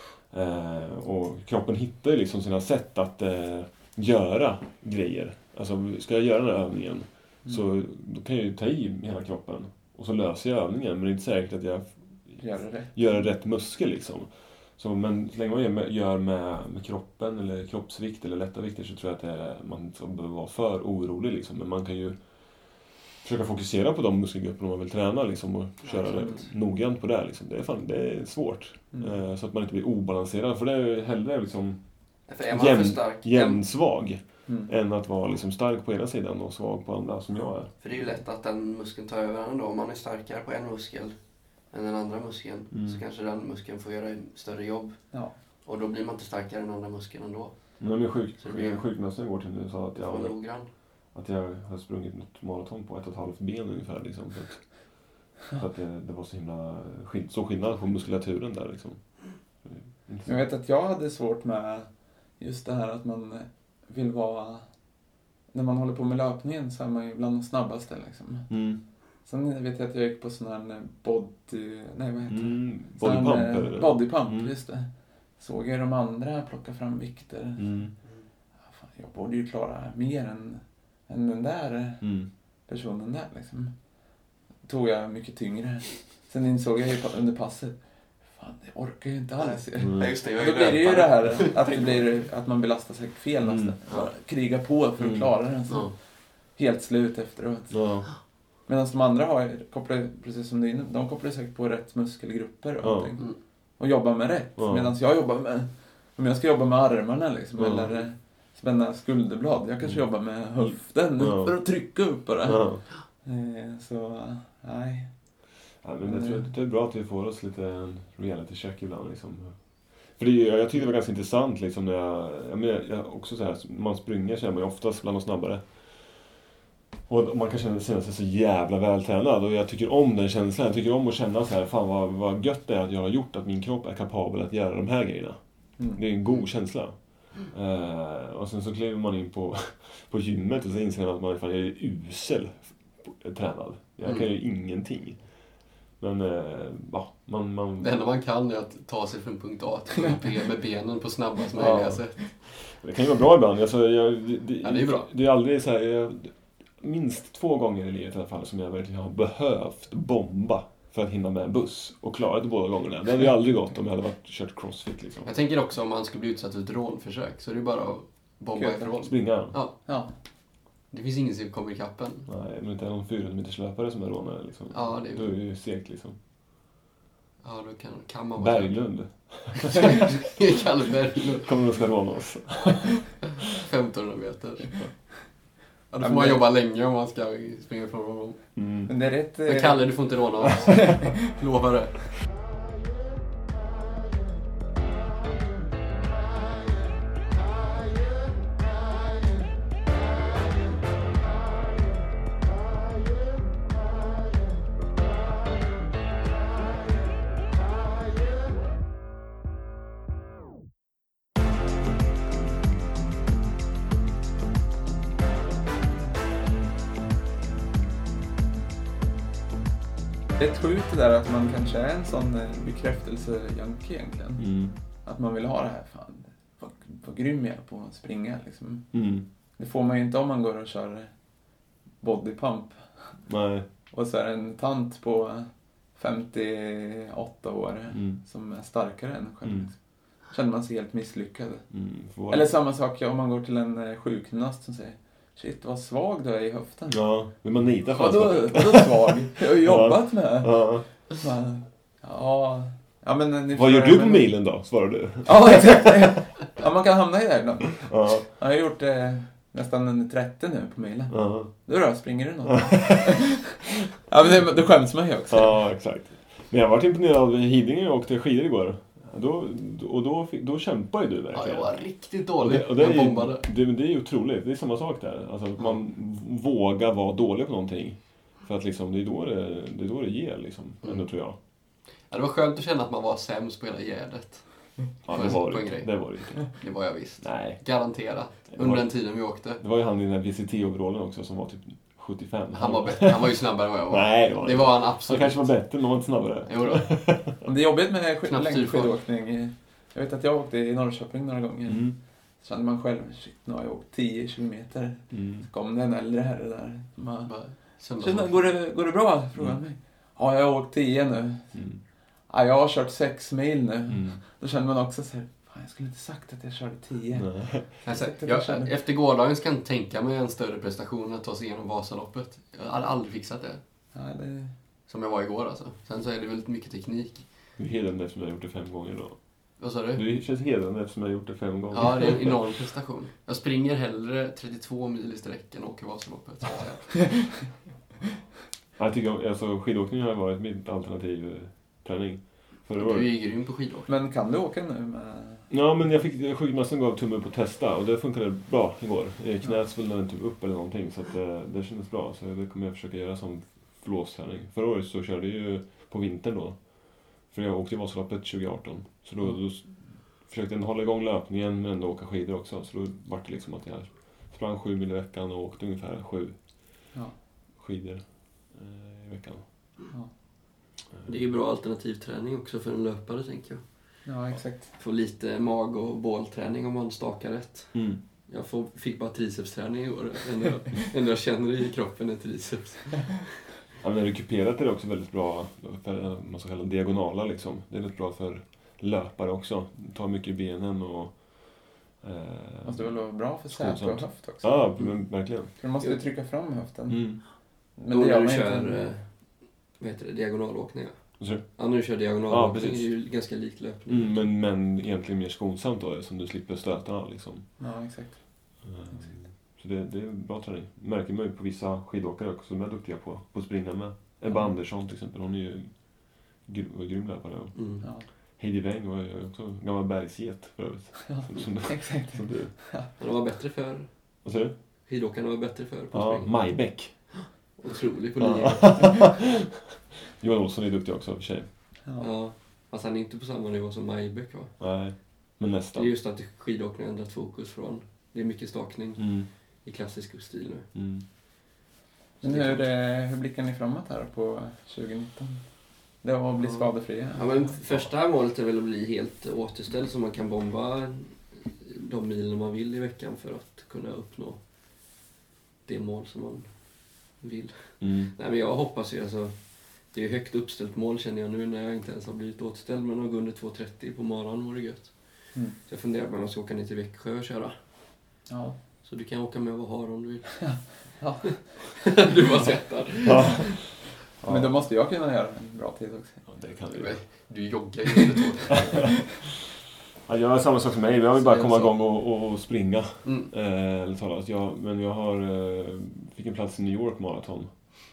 [SPEAKER 3] Eh, och kroppen hittar ju liksom sina sätt att eh, göra grejer. Alltså ska jag göra den här övningen mm. så då kan jag ju ta i hela kroppen och så löser jag övningen, men det är inte säkert att jag
[SPEAKER 2] gör rätt,
[SPEAKER 3] gör rätt muskel liksom. Så, men så länge man gör med, gör med, med kroppen eller kroppsvikt eller lätta vikter så tror jag att det är, man inte behöver vara för orolig liksom. Men man kan ju försöka fokusera på de muskelgrupperna man vill träna liksom, och köra det noggrant på det liksom. Det är, fan, det är svårt. Mm. Eh, så att man inte blir obalanserad, för det är hellre liksom
[SPEAKER 4] för är man
[SPEAKER 3] jämn,
[SPEAKER 4] för stark,
[SPEAKER 3] jämnsvag
[SPEAKER 2] mm.
[SPEAKER 3] än att vara liksom stark på ena sidan och svag på andra som jag är.
[SPEAKER 4] För det är ju lätt att den muskeln tar över ändå. Om man är starkare på en muskel än den andra muskeln mm. så kanske den muskeln får göra större jobb.
[SPEAKER 2] Ja.
[SPEAKER 4] Och då blir man inte starkare än den andra muskeln ändå.
[SPEAKER 3] Men min sjuk,
[SPEAKER 4] blir...
[SPEAKER 3] sjukgymnasten igår till nu sa att jag,
[SPEAKER 4] noggrann.
[SPEAKER 3] att jag har sprungit något maraton på ett och ett halvt ben ungefär. Liksom, för att, för att det, det var så himla så skillnad på muskulaturen där. Liksom.
[SPEAKER 2] Jag vet att jag hade svårt med just det här att man vill vara... När man håller på med löpningen så är man ju bland de snabbaste. Liksom.
[SPEAKER 3] Mm.
[SPEAKER 2] Sen vet jag att jag gick på sån här body... Nej, vad heter det?
[SPEAKER 3] Mm, body pump,
[SPEAKER 2] här,
[SPEAKER 3] eller?
[SPEAKER 2] Body pump,
[SPEAKER 3] mm.
[SPEAKER 2] just det. Såg jag de andra plocka fram vikter.
[SPEAKER 3] Mm.
[SPEAKER 2] Ja, fan, jag borde ju klara mer än, än den där
[SPEAKER 3] mm.
[SPEAKER 2] personen där. Liksom. Tog jag mycket tyngre. Sen insåg jag ju under passet. Fan, det orkar ju inte alls.
[SPEAKER 3] Mm.
[SPEAKER 4] Ja, just det, jag
[SPEAKER 2] Då blir det ju det här att, det blir, att man belastar sig fel nästan.
[SPEAKER 3] Mm.
[SPEAKER 2] Bara kriga på för att
[SPEAKER 3] Mm.
[SPEAKER 2] klara den. Så.
[SPEAKER 4] Ja.
[SPEAKER 2] Helt slut efteråt.
[SPEAKER 3] Ja.
[SPEAKER 2] Medan de andra har, kopplar, precis som du är inne, de kopplar säkert på rätt muskelgrupper och
[SPEAKER 3] Ja.
[SPEAKER 2] allting.
[SPEAKER 4] Mm.
[SPEAKER 2] Och jobbar med rätt.
[SPEAKER 3] Ja.
[SPEAKER 2] Medan jag jobbar med, om jag ska jobba med armarna liksom,
[SPEAKER 3] Ja.
[SPEAKER 2] eller eh, spänna skulderblad. Jag kanske
[SPEAKER 3] Mm.
[SPEAKER 2] jobbar med höften
[SPEAKER 3] Ja.
[SPEAKER 2] för att trycka upp bara.
[SPEAKER 3] Ja.
[SPEAKER 2] Eh, så, nej.
[SPEAKER 3] Ja, men jag tror att det är bra att vi får oss lite en reality check ibland. Liksom. För det, jag tyckte det var ganska intressant liksom, när jag, jag, menar, jag också så här, man springer så är man ju oftast bland de snabbare. Och man kan känna, känna sig så jävla vältränad. Och jag tycker om den känslan. Jag tycker om att känna så här, fan vad, vad gött det är att jag har gjort att min kropp är kapabel att göra de här grejerna.
[SPEAKER 2] Mm.
[SPEAKER 3] Det är en god känsla. Uh, och sen så kliver man in på, på gymmet och så inser man att man fan är usel tränad. Jag kan
[SPEAKER 4] Mm.
[SPEAKER 3] ju ingenting. Men uh, ja, man... man
[SPEAKER 4] Det enda man kan är att ta sig från punkt A till punkt B med benen på snabbast möjliga
[SPEAKER 3] Ja.
[SPEAKER 4] sätt.
[SPEAKER 3] Det kan ju vara bra ibland. Alltså, jag, det, det,
[SPEAKER 4] Ja, det är bra.
[SPEAKER 3] Det är aldrig så här... Jag, minst två gånger i livet i alla fall som jag verkligen har behövt bomba för att hinna med en buss. Och klarat det båda gångerna. Det hade ju aldrig gått om jag hade varit kört crossfit liksom.
[SPEAKER 4] Jag tänker också om man skulle bli utsatt för ett rånförsök så är det bara att bomba
[SPEAKER 2] Okej.
[SPEAKER 4] ifrån.
[SPEAKER 3] Springa.
[SPEAKER 4] Ja,
[SPEAKER 2] Ja.
[SPEAKER 4] det finns ingen som kommer i kappen.
[SPEAKER 3] Nej, men inte någon fyrahundra meters löpare som är rånare liksom.
[SPEAKER 4] Ja, det är-
[SPEAKER 3] Då är det ju segt liksom.
[SPEAKER 4] Ja, då kan, kan man vara...
[SPEAKER 3] Berglund.
[SPEAKER 4] Kalle Berglund.
[SPEAKER 3] Kommer och ska råna oss.
[SPEAKER 4] femtonhundra meter. Ja, då
[SPEAKER 2] Ja,
[SPEAKER 4] får man
[SPEAKER 2] men-
[SPEAKER 4] jobba länge om man ska springa ifrån honom.
[SPEAKER 3] Mm.
[SPEAKER 2] Men det är rätt...
[SPEAKER 4] Men
[SPEAKER 2] eh,
[SPEAKER 4] Kalle, du får inte råna oss. Lovar det.
[SPEAKER 2] rätt sjukt det där att man kanske är en sån bekräftelse-junkie egentligen.
[SPEAKER 3] Mm.
[SPEAKER 2] Att man vill ha det här, fan, vad, vad grym jag är på att springa liksom.
[SPEAKER 3] Mm.
[SPEAKER 2] Det får man ju inte om man går och kör bodypump.
[SPEAKER 3] Nej.
[SPEAKER 2] Och så är det en tant på femtioåtta år
[SPEAKER 3] Mm.
[SPEAKER 2] som är starkare än själv.
[SPEAKER 3] Mm.
[SPEAKER 2] Känner man sig helt misslyckad.
[SPEAKER 3] Mm. Får-
[SPEAKER 2] Eller samma sak om man går till en sjukgymnast som säger shit vad svag du är i höften.
[SPEAKER 3] Ja, vill man nita
[SPEAKER 2] Vadå,
[SPEAKER 3] fast.
[SPEAKER 2] vadå svag? Jag har ju jobbat med.
[SPEAKER 3] Ja.
[SPEAKER 2] Men, ja, Ja, men ni
[SPEAKER 3] Vad gör
[SPEAKER 2] förstår
[SPEAKER 3] du
[SPEAKER 2] jag
[SPEAKER 3] på
[SPEAKER 2] menar.
[SPEAKER 3] milen då? Svarar du.
[SPEAKER 2] Ja, exakt. Ja, man kan hamna i det ibland.
[SPEAKER 3] Ja.
[SPEAKER 2] Jag har gjort eh, nästan en trettio nu på milen.
[SPEAKER 3] Ja.
[SPEAKER 2] Du då, springer du något? Ja, men det, det skäms man ju också.
[SPEAKER 3] Ja, exakt. Men jag var imponerad av Hidinge och åkte skidor igår. Då, och då, fick, då kämpade ju du
[SPEAKER 4] Ja,
[SPEAKER 3] verkligen.
[SPEAKER 4] jag var riktigt
[SPEAKER 3] Och
[SPEAKER 4] dålig.
[SPEAKER 3] det, och det, är
[SPEAKER 4] jag
[SPEAKER 3] ju,
[SPEAKER 4] bombade.
[SPEAKER 3] det, det är ju otroligt. Det är samma sak där. Alltså, att man vågar vara dålig på någonting. För att liksom, det är då det, det, är då det ger, liksom.
[SPEAKER 4] Mm.
[SPEAKER 3] Ändå tror jag.
[SPEAKER 4] Ja, det var skönt att känna att man var sämst på hela gärdet.
[SPEAKER 3] Ja,
[SPEAKER 4] På
[SPEAKER 3] det
[SPEAKER 4] en-
[SPEAKER 3] var
[SPEAKER 4] på
[SPEAKER 3] det
[SPEAKER 4] en
[SPEAKER 3] inte.
[SPEAKER 4] grej.
[SPEAKER 3] Det var det inte.
[SPEAKER 4] Det var jag visst.
[SPEAKER 3] Nej.
[SPEAKER 4] Garanterat.
[SPEAKER 3] Det
[SPEAKER 4] Under
[SPEAKER 3] var-
[SPEAKER 4] den tiden vi åkte.
[SPEAKER 3] Det var ju han i den här V C T-overallen också som var typ sjuttiofem.
[SPEAKER 4] Han var bättre. Han var ju snabbare än vad jag var.
[SPEAKER 3] Nej, det var,
[SPEAKER 4] Det var han
[SPEAKER 3] Han
[SPEAKER 4] absolut.
[SPEAKER 3] kanske var bättre, men han var inte snabbare.
[SPEAKER 4] Jo då.
[SPEAKER 2] Det är jobbigt med skid-
[SPEAKER 4] Knappt
[SPEAKER 2] längdskidåkning. Jag vet att jag åkte i Norrköping några gånger.
[SPEAKER 3] Mm.
[SPEAKER 2] Så kände man själv, shit, nu har jag åkt tio kilometer.
[SPEAKER 3] Mm.
[SPEAKER 2] Så kom det en äldre herre där. Man,
[SPEAKER 4] Bara
[SPEAKER 2] Tjena,
[SPEAKER 4] söndagsåk.
[SPEAKER 2] går det, går det bra? Frågade han mig. Ja, jag har åkt tio nu.
[SPEAKER 3] Mm.
[SPEAKER 2] Ja, jag har kört sex mil nu.
[SPEAKER 3] Mm.
[SPEAKER 2] Då känner man också så här, fan, jag skulle inte sagt att jag körde tio.
[SPEAKER 3] Nej.
[SPEAKER 4] Alltså,
[SPEAKER 2] Det
[SPEAKER 4] jag,
[SPEAKER 2] känner-
[SPEAKER 4] efter gårdagen ska jag inte tänka mig en större prestation att ta sig igenom Vasaloppet. Jag hade aldrig fixat det.
[SPEAKER 2] Ja, det...
[SPEAKER 4] Som jag var igår alltså. Sen så är det väldigt mycket teknik.
[SPEAKER 3] Du är hedrande eftersom jag har gjort det fem gånger då.
[SPEAKER 4] Vad sa du?
[SPEAKER 3] Du känns hedrande eftersom jag har gjort det fem gånger.
[SPEAKER 4] Ja, det är en enorm prestation. Jag springer hellre trettiotvå mil i sträck än åker Vasaloppet. Så att säga.
[SPEAKER 3] Jag tycker alltså, skidåkning har varit mitt alternativ eh, träning. Förra året.
[SPEAKER 4] Du är ju grym på skidåkning.
[SPEAKER 2] Men kan du åka nu med...
[SPEAKER 3] Ja, men jag fick sjukgymnasten gav tumme upp och testa och det funkade bra igår. I knät svullnade den typ upp eller någonting så att det, det kändes bra. Så det kommer jag försöka göra som flåsträning. Förra året så körde jag ju på vintern då. För jag åkte i Vasaloppet tjugo arton. Så då, då försökte jag hålla igång löpningen men ändå åka skidor också. Så då var det liksom att jag sprang sju mil i veckan och åkte ungefär sju
[SPEAKER 2] Ja.
[SPEAKER 3] skidor eh, i veckan.
[SPEAKER 2] Ja.
[SPEAKER 4] Det är ju bra alternativträning också för en löpare, tänker jag.
[SPEAKER 2] Ja, exakt.
[SPEAKER 4] Få lite mag- och bålträning om man stakar rätt.
[SPEAKER 3] Mm.
[SPEAKER 4] Jag får, fick bara tricepsträning i år. Enda jag, enda jag känner i kroppen är triceps.
[SPEAKER 3] Ja, men rekuperat är det också väldigt bra för man ska kalla diagonala liksom. Det är väldigt bra för löpare också. Det tar mycket i benen och... Eh,
[SPEAKER 2] Måste väl vara bra för säte och
[SPEAKER 3] Skonsamt.
[SPEAKER 2] höft också.
[SPEAKER 3] Ja, men verkligen.
[SPEAKER 2] För du måste ju trycka fram höften.
[SPEAKER 3] Mm.
[SPEAKER 2] Men
[SPEAKER 4] Då
[SPEAKER 2] det gör
[SPEAKER 4] när du
[SPEAKER 2] man
[SPEAKER 4] kör,
[SPEAKER 2] inte.
[SPEAKER 4] eh, vad heter det, diagonalåkning.
[SPEAKER 3] Vad sa du?
[SPEAKER 4] Ja, när du kör
[SPEAKER 3] Ja,
[SPEAKER 4] diagonalåkning
[SPEAKER 3] precis.
[SPEAKER 4] är det ju ganska lik löpning.
[SPEAKER 3] Mm, men, men egentligen mer skonsamt då, som du slipper stötarna liksom.
[SPEAKER 2] Ja, exakt.
[SPEAKER 3] Eh, Så det, det är bra träning. Märker man ju på vissa skidåkare också som är duktiga på, på att springa med. Ebba
[SPEAKER 2] Mm.
[SPEAKER 3] Andersson till exempel, hon är ju grym, var grym löpare.
[SPEAKER 4] Mm.
[SPEAKER 2] Ja,
[SPEAKER 3] Heidi Weng var ju också en gammal bergsget för övrigt.
[SPEAKER 2] ja.
[SPEAKER 3] Som, som,
[SPEAKER 2] exakt.
[SPEAKER 3] som du.
[SPEAKER 4] Men de var bättre för,
[SPEAKER 3] Vad säger du?
[SPEAKER 4] skidåkarna var bättre för på
[SPEAKER 3] Ja,
[SPEAKER 4] spring.
[SPEAKER 3] Majbäck.
[SPEAKER 4] Otrolig på
[SPEAKER 3] Ja.
[SPEAKER 4] linjen.
[SPEAKER 3] Johan Olsson är duktig också för sig.
[SPEAKER 2] Ja.
[SPEAKER 4] Ja. Fast han är inte på samma nivå som Majbäck, va?
[SPEAKER 3] Nej, men
[SPEAKER 4] Det är
[SPEAKER 3] nästan.
[SPEAKER 4] just att skidåkning har ändrat fokus från... Det är mycket stakning
[SPEAKER 3] Mm,
[SPEAKER 4] i klassisk stil nu.
[SPEAKER 3] mm.
[SPEAKER 2] Men hur, eh, hur blickar ni framåt här på tjugonitton? Det var att bli
[SPEAKER 4] Ja.
[SPEAKER 2] skadefria.
[SPEAKER 4] Ja, men första målet är väl att bli helt återställd så man kan bomba de milen man vill i veckan för att kunna uppnå det mål som man vill.
[SPEAKER 3] Mm.
[SPEAKER 4] Nej, men jag hoppas ju alltså... Det är ju högt uppställt mål känner jag nu när jag inte ens har blivit återställd, men att gå under två trettio på morgonen vore gött.
[SPEAKER 2] Mm.
[SPEAKER 4] Så jag funderar på om jag ska åka ner till Växjö och köra.
[SPEAKER 2] Ja.
[SPEAKER 4] Så du kan åka med och ha om du vill.
[SPEAKER 2] Ja.
[SPEAKER 4] Du var svettar.
[SPEAKER 3] Ja.
[SPEAKER 2] Men då måste jag kunna göra en bra tid också.
[SPEAKER 3] Ja, det kan du
[SPEAKER 4] Du,
[SPEAKER 3] ju.
[SPEAKER 4] du joggar ju under två trettio.
[SPEAKER 3] Ja, jag har samma sak för mig. Jag vill
[SPEAKER 4] Så
[SPEAKER 3] bara
[SPEAKER 4] det är
[SPEAKER 3] komma
[SPEAKER 4] så.
[SPEAKER 3] igång och, och, och springa.
[SPEAKER 4] Mm.
[SPEAKER 3] Eh, eller talas. Jag, men jag har, eh, fick en plats i New York Marathon.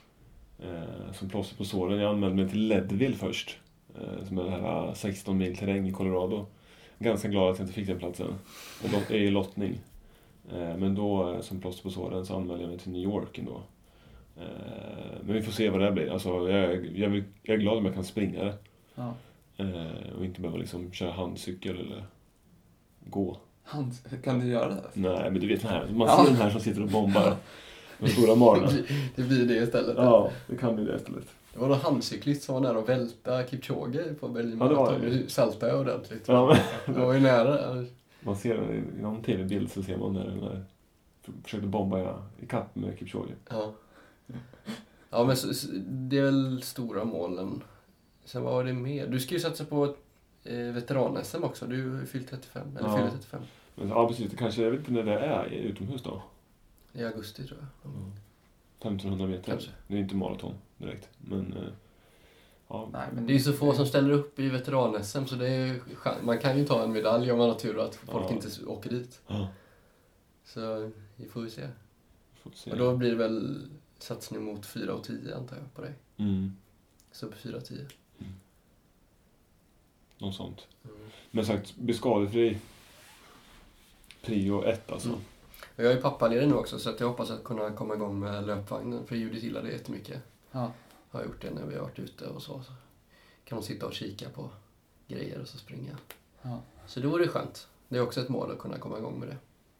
[SPEAKER 3] Eh, som plåster på såren. Jag anmälde mig till Leadville först. Eh, som är det här sexton mil terräng i Colorado. Ganska glad att jag inte fick den platsen. Det är ju lottning. Eh, men då, eh, som plåster på såren, så anmälde jag mig till New York ändå. Eh, men vi får se vad det blir. Alltså, jag, jag, vill, jag är glad om jag kan springa det.
[SPEAKER 2] Ja.
[SPEAKER 3] Eh, och inte behöva liksom köra handcykel eller gå.
[SPEAKER 2] Hans, kan du göra det?
[SPEAKER 3] Nej, men du vet den här. Man
[SPEAKER 2] Ja.
[SPEAKER 3] ser den här som sitter och bombar med stora marna.
[SPEAKER 4] Det blir det istället.
[SPEAKER 3] Ja, det kan bli det istället.
[SPEAKER 4] Det var någon handcyklist som var nära att välta Kipchoge på Berlin.
[SPEAKER 3] Ja, det var det.
[SPEAKER 4] Nu saltade jag ordentligt.
[SPEAKER 3] Ja,
[SPEAKER 4] Det var ju nära.
[SPEAKER 3] man ser den i i någon tv-bild så ser man när den där försökte bomba ja, i kapp med Kipchoge.
[SPEAKER 4] Ja. Ja, men så, så, det är väl stora målen. Sen vad var det mer? Du ska ju satsa på eh, veteran-S M också. Du har ju fyllt trettiofem. Eller
[SPEAKER 3] Ja.
[SPEAKER 4] fyller trettiofem.
[SPEAKER 3] Men, ja, precis. Det kanske, jag vet inte när det är utomhus då.
[SPEAKER 4] I augusti tror jag.
[SPEAKER 3] femtonhundra meter.
[SPEAKER 4] Kanske.
[SPEAKER 3] Det är inte maraton direkt. Men eh, Ja.
[SPEAKER 2] Nej, men
[SPEAKER 4] Det är ju så få som ställer upp i veteran-S M så det är, man kan ju ta en medalj om man har tur att folk
[SPEAKER 3] Ja.
[SPEAKER 4] inte åker dit.
[SPEAKER 3] Ja.
[SPEAKER 4] Så vi får ju se.
[SPEAKER 3] Får se.
[SPEAKER 4] Och då blir det väl satsning mot fyra och tio antar jag på dig.
[SPEAKER 3] Mm.
[SPEAKER 4] Sub fyra och tio.
[SPEAKER 3] Något sånt.
[SPEAKER 4] Mm.
[SPEAKER 3] Men sagt, bli skadefri. Prio ett alltså.
[SPEAKER 4] Mm. Och jag är pappaledig nu också så att jag hoppas att kunna komma igång med löpvagnen. För Judith gillar det jättemycket.
[SPEAKER 2] Ja.
[SPEAKER 4] Jag har gjort det när vi har varit ute och så. Så kan hon sitta och kika på grejer och så springa.
[SPEAKER 2] Ja.
[SPEAKER 4] Så det vore skönt. Det är också ett mål att kunna komma igång med det.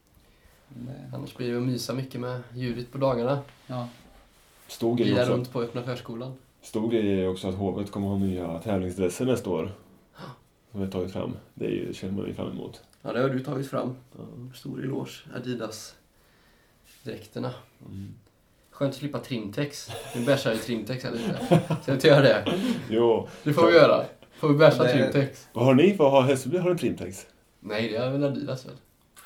[SPEAKER 2] Det,
[SPEAKER 4] Annars blir det att mysa mycket med Judith på dagarna.
[SPEAKER 2] ja.
[SPEAKER 3] Stor grej,
[SPEAKER 4] Glida
[SPEAKER 3] också,
[SPEAKER 4] runt på öppna förskolan.
[SPEAKER 3] stor grej är också att hovet kommer ha nya tävlingsdresser nästa år. Som vi har tagit fram. Det är ju, känner man ju fram emot.
[SPEAKER 4] Ja, det har du tagit fram.
[SPEAKER 3] Ja.
[SPEAKER 4] Stor eloge. Adidas-dräkterna.
[SPEAKER 3] Mm.
[SPEAKER 4] Skönt att slippa trimtex. Nu bärsar jag trimtex här lite. Så jag inte göra det.
[SPEAKER 3] Jo.
[SPEAKER 4] Det får vi göra. Får vi bärsa
[SPEAKER 2] Det-
[SPEAKER 4] trimtex?
[SPEAKER 3] Vad har ni för att ha Hässelby? Har en trimtex?
[SPEAKER 4] Nej, det är väl Adidas väl?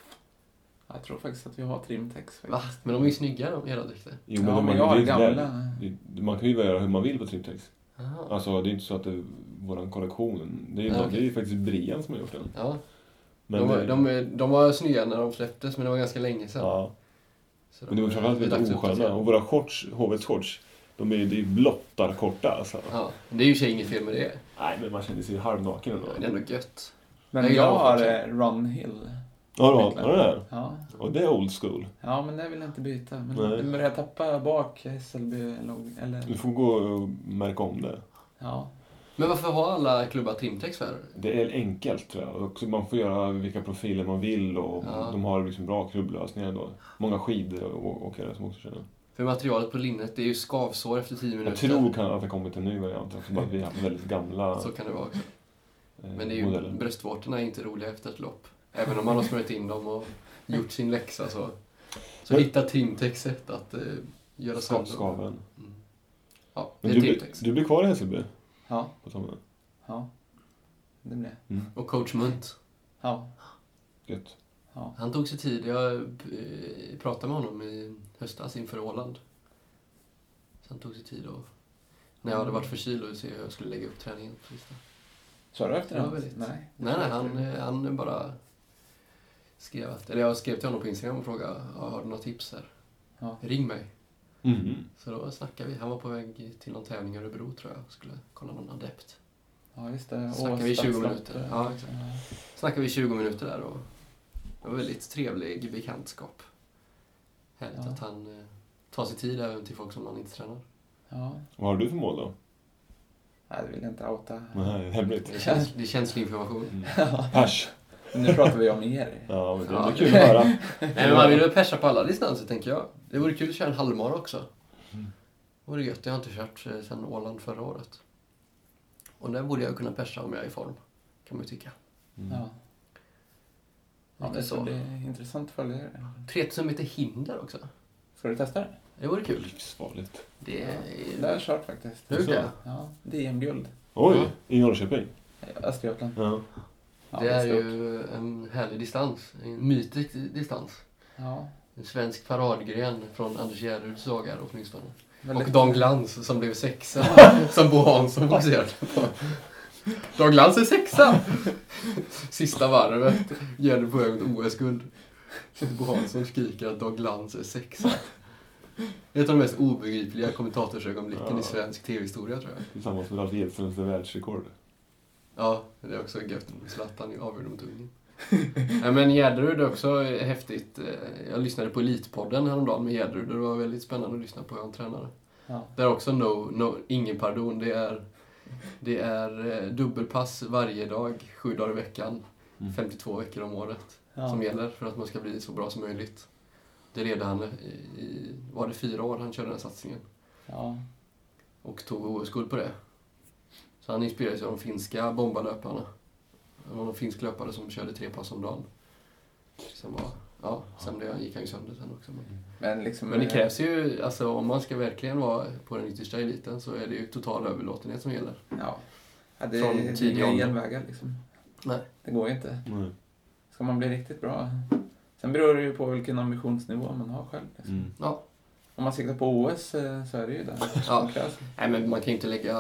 [SPEAKER 2] Jag tror faktiskt att vi har trimtex.
[SPEAKER 4] Va? Men de är ju snygga de, era dräkter.
[SPEAKER 3] Jo,
[SPEAKER 2] Ja,
[SPEAKER 3] de
[SPEAKER 2] men
[SPEAKER 3] har-
[SPEAKER 2] jag har
[SPEAKER 3] det är inte
[SPEAKER 2] gamla.
[SPEAKER 3] det. Det- Man kan ju göra hur man vill på trimtex.
[SPEAKER 4] Aha.
[SPEAKER 3] Alltså det är inte så att det är våran kollektion. Det är ju,
[SPEAKER 4] Ja,
[SPEAKER 3] det är
[SPEAKER 4] okej.
[SPEAKER 3] ju faktiskt Brian som har gjort den.
[SPEAKER 4] Ja,
[SPEAKER 3] Men,
[SPEAKER 4] de, var,
[SPEAKER 3] det-
[SPEAKER 4] de, är- de var snygga när de släpptes, men det var ganska länge sedan.
[SPEAKER 3] ja.
[SPEAKER 4] Så
[SPEAKER 3] Men det var framförallt
[SPEAKER 4] det är
[SPEAKER 3] lite
[SPEAKER 4] dags att
[SPEAKER 3] osköna.
[SPEAKER 4] uppdatera.
[SPEAKER 3] Och våra shorts, hovets shorts, de är ju det är ju blottarkorta alltså.
[SPEAKER 4] Ja, det är ju sig inget fel med det.
[SPEAKER 3] Nej, men man känner sig ju halvnaken ändå.
[SPEAKER 4] Det är ändå gött.
[SPEAKER 2] Men
[SPEAKER 4] Jag
[SPEAKER 2] jag
[SPEAKER 4] gillar
[SPEAKER 2] har
[SPEAKER 4] också.
[SPEAKER 2] eh, Run Hill.
[SPEAKER 3] Ja, du har har du det?
[SPEAKER 2] Ja.
[SPEAKER 3] Och det är old school.
[SPEAKER 2] Ja, men det vill jag inte byta. Men
[SPEAKER 3] Nej.
[SPEAKER 2] du börjar tappa bak Hässelby-logg.
[SPEAKER 3] Du
[SPEAKER 2] Eller...
[SPEAKER 3] får gå och märka om det.
[SPEAKER 2] Ja.
[SPEAKER 4] Men varför har alla klubbar trimtex för?
[SPEAKER 3] Det är enkelt tror jag. Och så man får göra vilka profiler man vill och
[SPEAKER 4] Ja.
[SPEAKER 3] de har liksom bra klubblösningar då. Många skidåkare som också känner.
[SPEAKER 4] För materialet på linnet, det är ju skavsår efter tio minuter.
[SPEAKER 3] Jag tror kan att det kommit en ny variant eftersom att vi har haft väldigt gamla
[SPEAKER 4] Så kan det vara också.
[SPEAKER 3] eh,
[SPEAKER 4] Men det är ju,
[SPEAKER 3] modeller.
[SPEAKER 4] bröstvårtorna är inte roliga efter ett lopp. Även om man har smörjt in dem och gjort sin läxa så, så
[SPEAKER 3] Men-
[SPEAKER 4] hittar trimtex sätt att eh, göra
[SPEAKER 3] Ska,
[SPEAKER 4] sönder.
[SPEAKER 3] skaven.
[SPEAKER 4] Mm. Ja, det
[SPEAKER 3] Men
[SPEAKER 4] är
[SPEAKER 3] du, blir-
[SPEAKER 4] trimtex.
[SPEAKER 3] du blir kvar i Hässelby
[SPEAKER 2] Ja.
[SPEAKER 3] på sommaren?
[SPEAKER 2] Ja. Det blir det.
[SPEAKER 3] Mm.
[SPEAKER 4] Och coach Munt,
[SPEAKER 2] Ja.
[SPEAKER 3] Gött.
[SPEAKER 2] Ja.
[SPEAKER 4] han tog sig tid. Jag eh, pratade med honom i höstas inför Åland. Så han tog sig tid och när jag hade varit förkyld och se hur jag skulle lägga upp träningen på sista.
[SPEAKER 2] Sa du efter
[SPEAKER 4] Ja,
[SPEAKER 2] den?
[SPEAKER 4] väldigt.
[SPEAKER 2] Nej.
[SPEAKER 4] Nej, nej, han, eh, han bara skrev att, eller jag skrev till honom på Instagram och frågade, ja, har du några tips här?
[SPEAKER 2] Ja.
[SPEAKER 4] Ring mig.
[SPEAKER 3] Mm.
[SPEAKER 4] Så då snackade vi. Han var på väg till någon tävling i Örebro tror jag. Skulle kolla någon adept.
[SPEAKER 2] Ja, just det.
[SPEAKER 4] Snackar vi tjugo
[SPEAKER 2] Åstadslopp.
[SPEAKER 4] minuter? Ja, exakt. Snackade vi tjugo minuter där och det var väldigt trevlig bekantskap. Härligt
[SPEAKER 2] Ja.
[SPEAKER 4] att han eh, tar sig tid även till folk som han inte tränar.
[SPEAKER 2] Ja.
[SPEAKER 3] Vad har du för mål då?
[SPEAKER 2] Nej, det vill jag inte outa.
[SPEAKER 3] Nej, hemligt.
[SPEAKER 4] Det känns, det är känslig information.
[SPEAKER 3] Mm. Pers.
[SPEAKER 2] Nu pratar vi om er.
[SPEAKER 3] Ja, men det
[SPEAKER 4] Ja.
[SPEAKER 3] är kul att höra.
[SPEAKER 4] Nej, men man vill väl persa på alla distanser tänker jag. Det vore kul att köra en halvmara också.
[SPEAKER 3] Mm.
[SPEAKER 4] Det vore gött. Jag har inte kört eh, sedan Åland förra året. Och där borde jag kunna persa om jag är i form. Kan man ju tycka.
[SPEAKER 3] Mm.
[SPEAKER 2] Ja. Ja,
[SPEAKER 4] Lite
[SPEAKER 2] det ska
[SPEAKER 4] så.
[SPEAKER 2] bli intressant att följa det.
[SPEAKER 4] tretusen meter hinder också.
[SPEAKER 2] Ska du testa det?
[SPEAKER 4] Det vore kul.
[SPEAKER 3] Livsfarligt.
[SPEAKER 4] Det är...
[SPEAKER 2] Det har jag kört faktiskt.
[SPEAKER 4] Hur
[SPEAKER 3] Så.
[SPEAKER 4] det?
[SPEAKER 2] Ja, D M-guld.
[SPEAKER 3] Oj,
[SPEAKER 4] Ja.
[SPEAKER 3] i Norrköping.
[SPEAKER 2] Östergötland.
[SPEAKER 3] Ja.
[SPEAKER 2] Ja,
[SPEAKER 4] Det är
[SPEAKER 2] stort.
[SPEAKER 4] ju en härlig distans. En mytisk distans.
[SPEAKER 2] Ja.
[SPEAKER 4] En svensk paradgren från Anders Gärruds dagar åtminstone.
[SPEAKER 2] Väldigt-
[SPEAKER 4] Och Dan Glans som blev sexa. Som Bo Hansson fokuserade på. Dan Glans är sexa! Sista varvet. Gärrud på väg mot O S-guld. Bo Hansson skriker att Dan Glans är sexa. Det är ett av de mest obegripliga kommentatorsögonblicken
[SPEAKER 3] Ja.
[SPEAKER 4] i svensk tv-historia tror jag.
[SPEAKER 3] Tillsammans med Ralf Edströms världsrekord.
[SPEAKER 4] Ja, det är också gött med Zlatan i avgjorde mot Ungern. Nej, men Gärderud är också häftigt. Jag lyssnade på Elitpodden häromdagen med Gärderud och det var väldigt spännande att lyssna på hur han tränade.
[SPEAKER 2] Ja.
[SPEAKER 4] Det är också no, no, ingen pardon. Det är, det är eh, dubbelpass varje dag, sju dagar i veckan,
[SPEAKER 3] Mm.
[SPEAKER 4] femtiotvå veckor om året
[SPEAKER 2] Ja.
[SPEAKER 4] som gäller för att man ska bli så bra som möjligt. Det ledde han i, i var det fyra år han körde den här satsningen
[SPEAKER 2] Ja.
[SPEAKER 4] och tog O S-guld på det. Så han inspirerades av de finska bombalöparna. Det var någon finsk löpare som körde tre pass om dagen. Sen var, ja, sen det gick han ju sönder sen också. Men,
[SPEAKER 2] Men, liksom,
[SPEAKER 4] men det krävs ju, alltså om man ska verkligen vara på den yttersta eliten så är det ju total överlåtenhet som gäller.
[SPEAKER 2] Ja. Ja, det,
[SPEAKER 4] Från
[SPEAKER 2] det är
[SPEAKER 4] tidig
[SPEAKER 2] inga
[SPEAKER 4] ålder.
[SPEAKER 2] genvägar liksom.
[SPEAKER 4] Nej.
[SPEAKER 2] Det går ju inte.
[SPEAKER 3] Mm.
[SPEAKER 2] Ska man bli riktigt bra. Sen beror det ju på vilken ambitionsnivå man har själv. Liksom.
[SPEAKER 3] Mm.
[SPEAKER 4] Ja.
[SPEAKER 2] Om man siktar på O S eh, så är det ju där
[SPEAKER 4] Ja.
[SPEAKER 2] som krävs.
[SPEAKER 4] Nej, men man kan ju inte lägga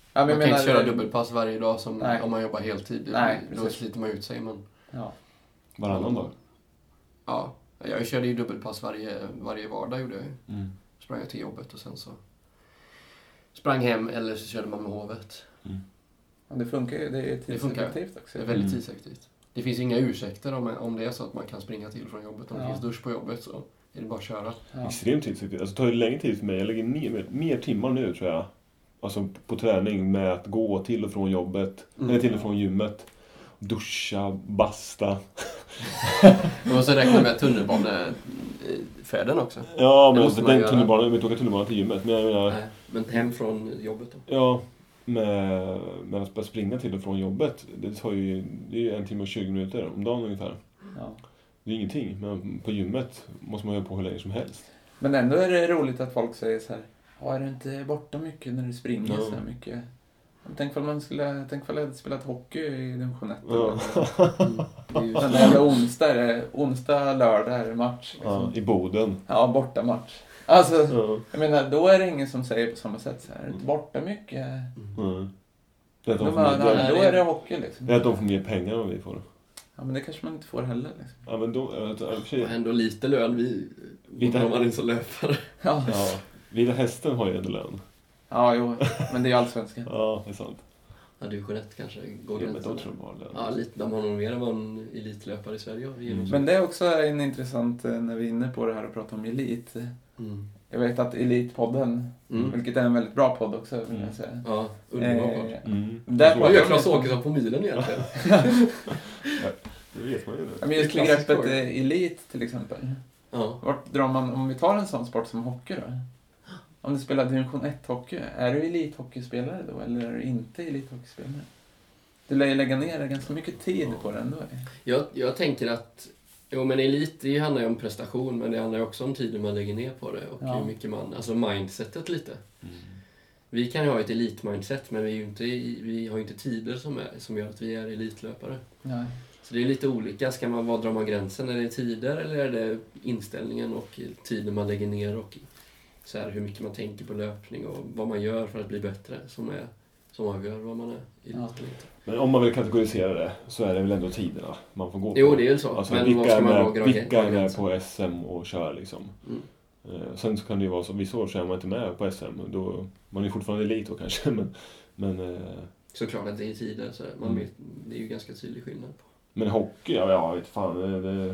[SPEAKER 2] Ja, men
[SPEAKER 4] man kan
[SPEAKER 2] menar,
[SPEAKER 4] inte köra dubbelpass varje dag som
[SPEAKER 2] nej.
[SPEAKER 4] om man jobbar heltid.
[SPEAKER 2] Nej,
[SPEAKER 4] då
[SPEAKER 2] precis.
[SPEAKER 4] sliter man ut sig. Men,
[SPEAKER 2] Ja.
[SPEAKER 3] Varannan dag.
[SPEAKER 4] ja, jag körde ju dubbelpass varje, varje vardag. Gjorde jag. ju.
[SPEAKER 3] Mm.
[SPEAKER 4] Sprang jag till jobbet och sen så sprang hem eller så körde man med hovet.
[SPEAKER 3] Mm.
[SPEAKER 2] Ja, det funkar ju. Det är
[SPEAKER 4] Det funkar.
[SPEAKER 2] tidseffektivt också.
[SPEAKER 4] Det är väldigt
[SPEAKER 3] Mm.
[SPEAKER 4] tidseffektivt. Det finns inga ursäkter om, om det är så att man kan springa till från jobbet. Om det
[SPEAKER 2] Ja.
[SPEAKER 4] finns dusch på jobbet så är det bara att köra.
[SPEAKER 2] Ja.
[SPEAKER 3] Extremt tidseffektivt. Alltså det tar ju längre tid för mig. Jag lägger ner mer, mer timmar nu tror jag. Alltså på träning med att gå till och från jobbet.
[SPEAKER 4] Mm.
[SPEAKER 3] Eller till och från gymmet. Duscha, basta.
[SPEAKER 4] Man måste räkna med tunnelbanefärden också.
[SPEAKER 3] Ja, men
[SPEAKER 4] måste
[SPEAKER 3] alltså,
[SPEAKER 4] man
[SPEAKER 3] den
[SPEAKER 4] göra.
[SPEAKER 3] tunnelbanan, jag vill inte åka tunnelbanan till gymmet. Men jag menar,
[SPEAKER 4] Nej, men hem från jobbet då.
[SPEAKER 3] ja, med, med att bara springa till och från jobbet. Det tar ju, det är ju en timme och tjugo minuter om dagen ungefär.
[SPEAKER 2] Ja.
[SPEAKER 3] Det är ingenting, men på gymmet måste man göra på hur länge som helst.
[SPEAKER 2] Men ändå är det roligt att folk säger så här: ja, är du inte borta mycket när du springer
[SPEAKER 3] Ja.
[SPEAKER 2] så här mycket? Tänk om man skulle, tänk om jag hade spelat hockey i division ett.
[SPEAKER 3] Ja.
[SPEAKER 4] Mm. Det är ju
[SPEAKER 2] Den där onsdag, är det, onsdag, lördag är det match. Liksom.
[SPEAKER 3] Ja, i Boden.
[SPEAKER 2] Ja, borta match. Alltså,
[SPEAKER 3] Ja.
[SPEAKER 2] jag menar, då är det ingen som säger på samma sätt så här: är du inte borta mycket?
[SPEAKER 3] Ja. Det är att
[SPEAKER 2] Då,
[SPEAKER 3] de får
[SPEAKER 2] bara,
[SPEAKER 3] mer,
[SPEAKER 2] ja, då är det hockey liksom.
[SPEAKER 3] det är att de får mer pengar än vad vi får.
[SPEAKER 2] Ja, men det kanske man inte får heller liksom.
[SPEAKER 3] Ja, men då, äh, äh, för sig,
[SPEAKER 4] och ändå lite lön vi
[SPEAKER 3] Lite-
[SPEAKER 4] om man är så löpare.
[SPEAKER 2] Ja,
[SPEAKER 3] ja, Vita Hästen har ju ändå lön.
[SPEAKER 2] ja jo, men det är ju allsvenskan.
[SPEAKER 3] Ja, det är sant.
[SPEAKER 4] Ja, division ett kanske går
[SPEAKER 3] Ja, men
[SPEAKER 4] gränsen.
[SPEAKER 3] då tror jag bara lön.
[SPEAKER 4] Ja, lite. De har nog mer än vad en elitlöpare i Sverige har.
[SPEAKER 3] Mm.
[SPEAKER 2] Men det är också en intressant, eh, när vi är inne på det här och pratar om elit.
[SPEAKER 4] Mm.
[SPEAKER 2] Jag vet att Elitpodden,
[SPEAKER 4] Mm.
[SPEAKER 2] vilket är en väldigt bra podd också vill
[SPEAKER 3] Mm.
[SPEAKER 2] jag säga.
[SPEAKER 4] Ja, underbart.
[SPEAKER 2] Eh,
[SPEAKER 3] Mm.
[SPEAKER 2] Där
[SPEAKER 3] Så-
[SPEAKER 4] Vad gör Claes
[SPEAKER 2] jag-
[SPEAKER 4] Åkesson på milen egentligen?
[SPEAKER 3] Det vet man ju nu.
[SPEAKER 2] Ja, men just
[SPEAKER 4] Det är klassisk
[SPEAKER 2] begreppet
[SPEAKER 4] fråga.
[SPEAKER 2] eh, elit till exempel.
[SPEAKER 4] Ja.
[SPEAKER 2] Vart drar man, om vi tar en sån sport som hockey då? Om du spelar division ett hockey, är du elithockeyspelare då eller är du inte elithockeyspelare? Du lär ju lägga ner ganska mycket tid på det ändå.
[SPEAKER 4] Jag, jag tänker att jo, men elit det handlar ju om prestation, men det handlar ju också om tiden man lägger ner på det och
[SPEAKER 2] Ja.
[SPEAKER 4] hur mycket man, alltså mindsetet lite.
[SPEAKER 3] Mm.
[SPEAKER 4] Vi kan ju ha ett elitmindset, men vi, är ju inte, vi har ju inte tider som, är, som gör att vi är elitlöpare.
[SPEAKER 2] Nej.
[SPEAKER 4] Så det är lite olika. Ska man, var drar man gränsen? Är det tider eller är det inställningen och tiden man lägger ner och så här, hur mycket man tänker på löpning och vad man gör för att bli bättre som, är, som avgör vad man är elit
[SPEAKER 2] Ja.
[SPEAKER 4] eller inte.
[SPEAKER 3] Men om man vill kategorisera det så är det väl ändå tiderna man får gå på.
[SPEAKER 4] Jo, det är ju så.
[SPEAKER 3] Alltså,
[SPEAKER 4] men
[SPEAKER 3] vilka
[SPEAKER 4] vad ska
[SPEAKER 3] är
[SPEAKER 4] man
[SPEAKER 3] med,
[SPEAKER 4] då dra
[SPEAKER 3] vilka är med
[SPEAKER 4] gränsen?
[SPEAKER 3] på S M och kör liksom.
[SPEAKER 4] Mm.
[SPEAKER 3] Eh, sen så kan det ju vara så, vissa år så är man inte med på S M. Då, man är fortfarande elit då kanske, men, men, eh,
[SPEAKER 4] Såklart att det är tider, så man
[SPEAKER 3] Mm.
[SPEAKER 4] vet, det är ju ganska tydlig skillnad på.
[SPEAKER 3] men hockey, ja, jag vet fan. Det, det,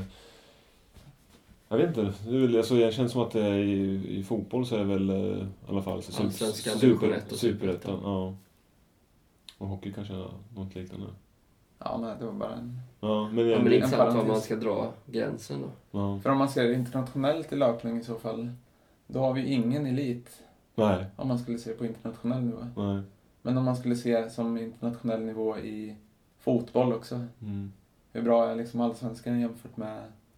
[SPEAKER 3] jag vet inte. Det är väl, alltså, jag känner som att det är i, i fotboll så är det väl eh, i alla fall så,
[SPEAKER 4] Allsvenskan, division
[SPEAKER 3] super,
[SPEAKER 4] ett och
[SPEAKER 3] superettan.
[SPEAKER 4] superettan.
[SPEAKER 3] Ja. Och hockey kanske är något liknande.
[SPEAKER 2] Ja, nej, det var bara en...
[SPEAKER 3] Ja, men,
[SPEAKER 4] Ja, men det är
[SPEAKER 2] en
[SPEAKER 4] intressant var
[SPEAKER 2] parentes.
[SPEAKER 4] man ska dra gränsen då.
[SPEAKER 3] ja.
[SPEAKER 2] För om man ser internationellt i löpning i så fall, då har vi ingen elit
[SPEAKER 3] Nej,
[SPEAKER 2] om man skulle se på internationell nivå.
[SPEAKER 3] nej.
[SPEAKER 2] Men om man skulle se som internationell nivå i fotboll också,
[SPEAKER 3] Mm,
[SPEAKER 2] hur bra är liksom allsvenskan jämfört med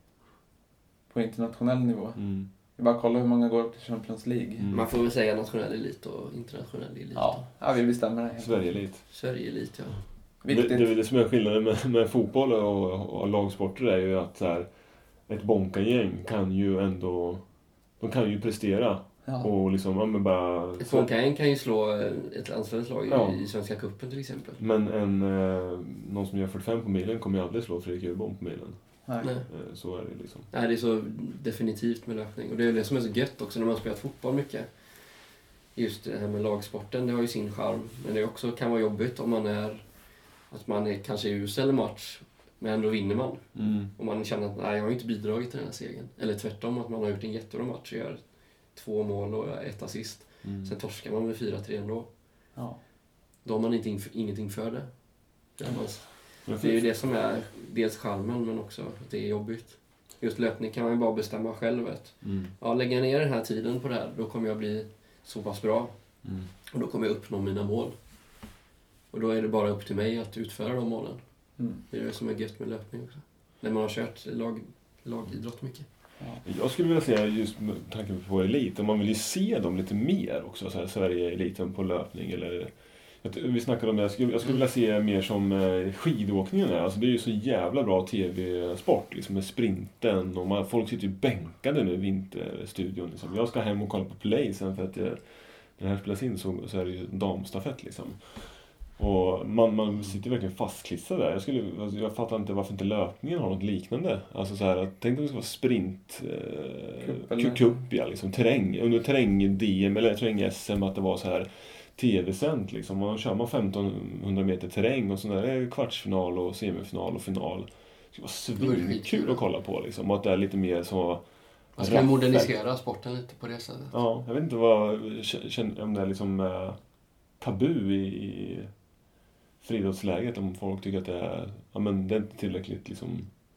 [SPEAKER 2] på internationell nivå?
[SPEAKER 3] mm,
[SPEAKER 2] Vi bara kolla hur många går upp till Champions League.
[SPEAKER 3] mm.
[SPEAKER 4] Man får väl säga nationell elit och internationell elit.
[SPEAKER 2] Ja, ja, vi bestämmer det.
[SPEAKER 3] Sverige-elit.
[SPEAKER 4] Sverige elit, ja.
[SPEAKER 3] Det,
[SPEAKER 2] Viktigt.
[SPEAKER 3] det, det som är skillnaden med, med fotboll och, och lagsporter är ju att så här, ett bonkagäng kan ju ändå, de kan ju prestera
[SPEAKER 2] Ja.
[SPEAKER 3] och liksom, ja men bara...
[SPEAKER 4] Ett Fonkaen kan ju slå ett landslagets lag
[SPEAKER 3] Ja.
[SPEAKER 4] i Svenska cupen till exempel.
[SPEAKER 3] Men en, eh, någon som gör fyrtiofem på milen kommer ju aldrig slå Fredrik Urbom på milen.
[SPEAKER 2] Nej.
[SPEAKER 4] Nej.
[SPEAKER 3] Eh, så är det liksom.
[SPEAKER 4] Nej, det är så definitivt med löpning. Och det är det som är så gött också när man spelar fotboll mycket. Just det här med lagsporten, det har ju sin charm. Men det också kan vara jobbigt om man är att man är kanske usel i match, men ändå vinner man.
[SPEAKER 3] Mm.
[SPEAKER 4] Och man känner att nej, jag har inte bidragit till den här segern. Eller tvärtom, att man har gjort en jättebra match och gör två mål och ett assist.
[SPEAKER 3] Mm.
[SPEAKER 4] Sen torskar man med fyra tre ändå.
[SPEAKER 2] Ja.
[SPEAKER 4] Då har man inte inf- ingenting för det. Det är, man,
[SPEAKER 3] Men
[SPEAKER 4] det är ju
[SPEAKER 3] för,
[SPEAKER 4] det som är dels charmen, men också att det är jobbigt. Just löpning kan man ju bara bestämma själv. Att,
[SPEAKER 3] mm.
[SPEAKER 4] ja, lägger jag ner den här tiden på det här, då kommer jag bli så pass bra.
[SPEAKER 3] Mm.
[SPEAKER 4] Och då kommer jag uppnå mina mål. Och då är det bara upp till mig att utföra de målen.
[SPEAKER 2] Mm.
[SPEAKER 4] Det är det som är gött med löpning också. När man har kört lag, lagidrott mycket.
[SPEAKER 3] Jag skulle vilja säga just med tanke på elit, om man vill ju se dem lite mer också, så här, Sverige-eliten på löpning eller... Vi snackade om det, jag skulle, jag skulle vilja se mer som eh, skidåkningen är. Alltså det är ju så jävla bra tv-sport liksom, med sprinten och man, folk sitter ju bänkade nu i vinterstudion liksom. Jag ska hem och kolla på play sen för att jag, när det här spelas in så, så är det ju damstafett liksom. Och man, man sitter verkligen fastklistrad där. Jag, skulle, alltså jag fattar inte varför inte löpningen har något liknande. Alltså så här, tänk om det ska vara sprint, eh, kupp, kupp ja, liksom, terräng. Under terräng-D M eller terräng-S M att det var så här tv-sänt liksom. Man kör man femtonhundra meter terräng och så där är kvartsfinal och semifinal och final. Det skulle vara svinkul att kolla på liksom. Och att det är lite mer så...
[SPEAKER 4] Man ska modernisera sporten lite på det sättet.
[SPEAKER 3] Ja, jag vet inte vad, om det är liksom äh, tabu i, i friidrottsläget, om folk tycker att det är, ja men det är inte tillräckligt liksom.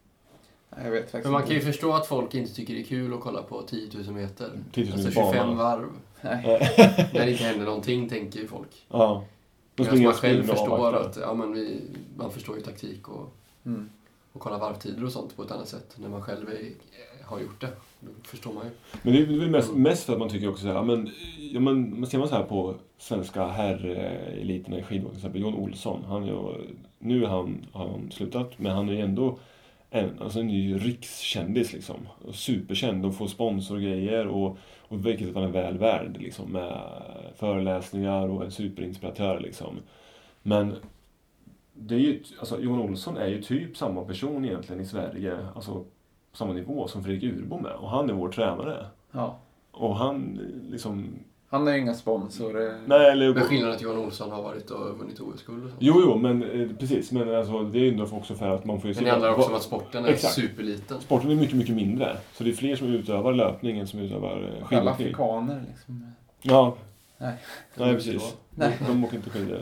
[SPEAKER 2] Jag vet faktiskt
[SPEAKER 4] men man
[SPEAKER 2] inte.
[SPEAKER 4] kan ju förstå att folk inte tycker det är kul att kolla på tio tusen meter.
[SPEAKER 3] tio tusen
[SPEAKER 4] alltså tjugofem
[SPEAKER 3] bana.
[SPEAKER 4] varv.
[SPEAKER 2] Nej.
[SPEAKER 4] När det inte händer någonting, tänker ju folk.
[SPEAKER 3] Ja.
[SPEAKER 4] Medan man själv förstår att, ja men vi, man förstår ju taktik och,
[SPEAKER 2] mm.
[SPEAKER 4] och kolla varvtider och sånt på ett annat sätt. När man själv är, har gjort det. Då förstår man ju.
[SPEAKER 3] Men det är väl mest, mest för att man tycker också så här, ja men, ja men ser man så här på svenska herreliterna i skidåkning, till exempel Jon Olsson, han är, nu är han, har han slutat, men han är ändå en, alltså en ny rikskändis liksom, och superkänd och får sponsor och grejer och, och vilket att han är väl värd liksom, med föreläsningar och en superinspiratör liksom. Men det är ju, alltså Jon Olsson är ju typ samma person egentligen i Sverige, alltså samma nivå som Fredrik Urbom är. Och han är vår tränare.
[SPEAKER 2] Ja.
[SPEAKER 3] Och han liksom...
[SPEAKER 2] Han har ju inga sponsorer.
[SPEAKER 3] Nej, eller...
[SPEAKER 4] Men skillnaden att Johan Olsson har varit och vunnit O S-guld och sånt.
[SPEAKER 3] Jo, jo, men eh, precis. Men alltså, det är ju också för att man får ju...
[SPEAKER 4] Men det handlar också om att sporten är
[SPEAKER 3] Exakt.
[SPEAKER 4] Superliten.
[SPEAKER 3] Sporten är mycket, mycket mindre. Så det är fler som utövar löpningen som utövar skidåkning.
[SPEAKER 2] Alla afrikaner liksom.
[SPEAKER 3] Ja.
[SPEAKER 2] Nej.
[SPEAKER 3] Nej, precis.
[SPEAKER 2] Nej.
[SPEAKER 3] De, de åker inte skidor.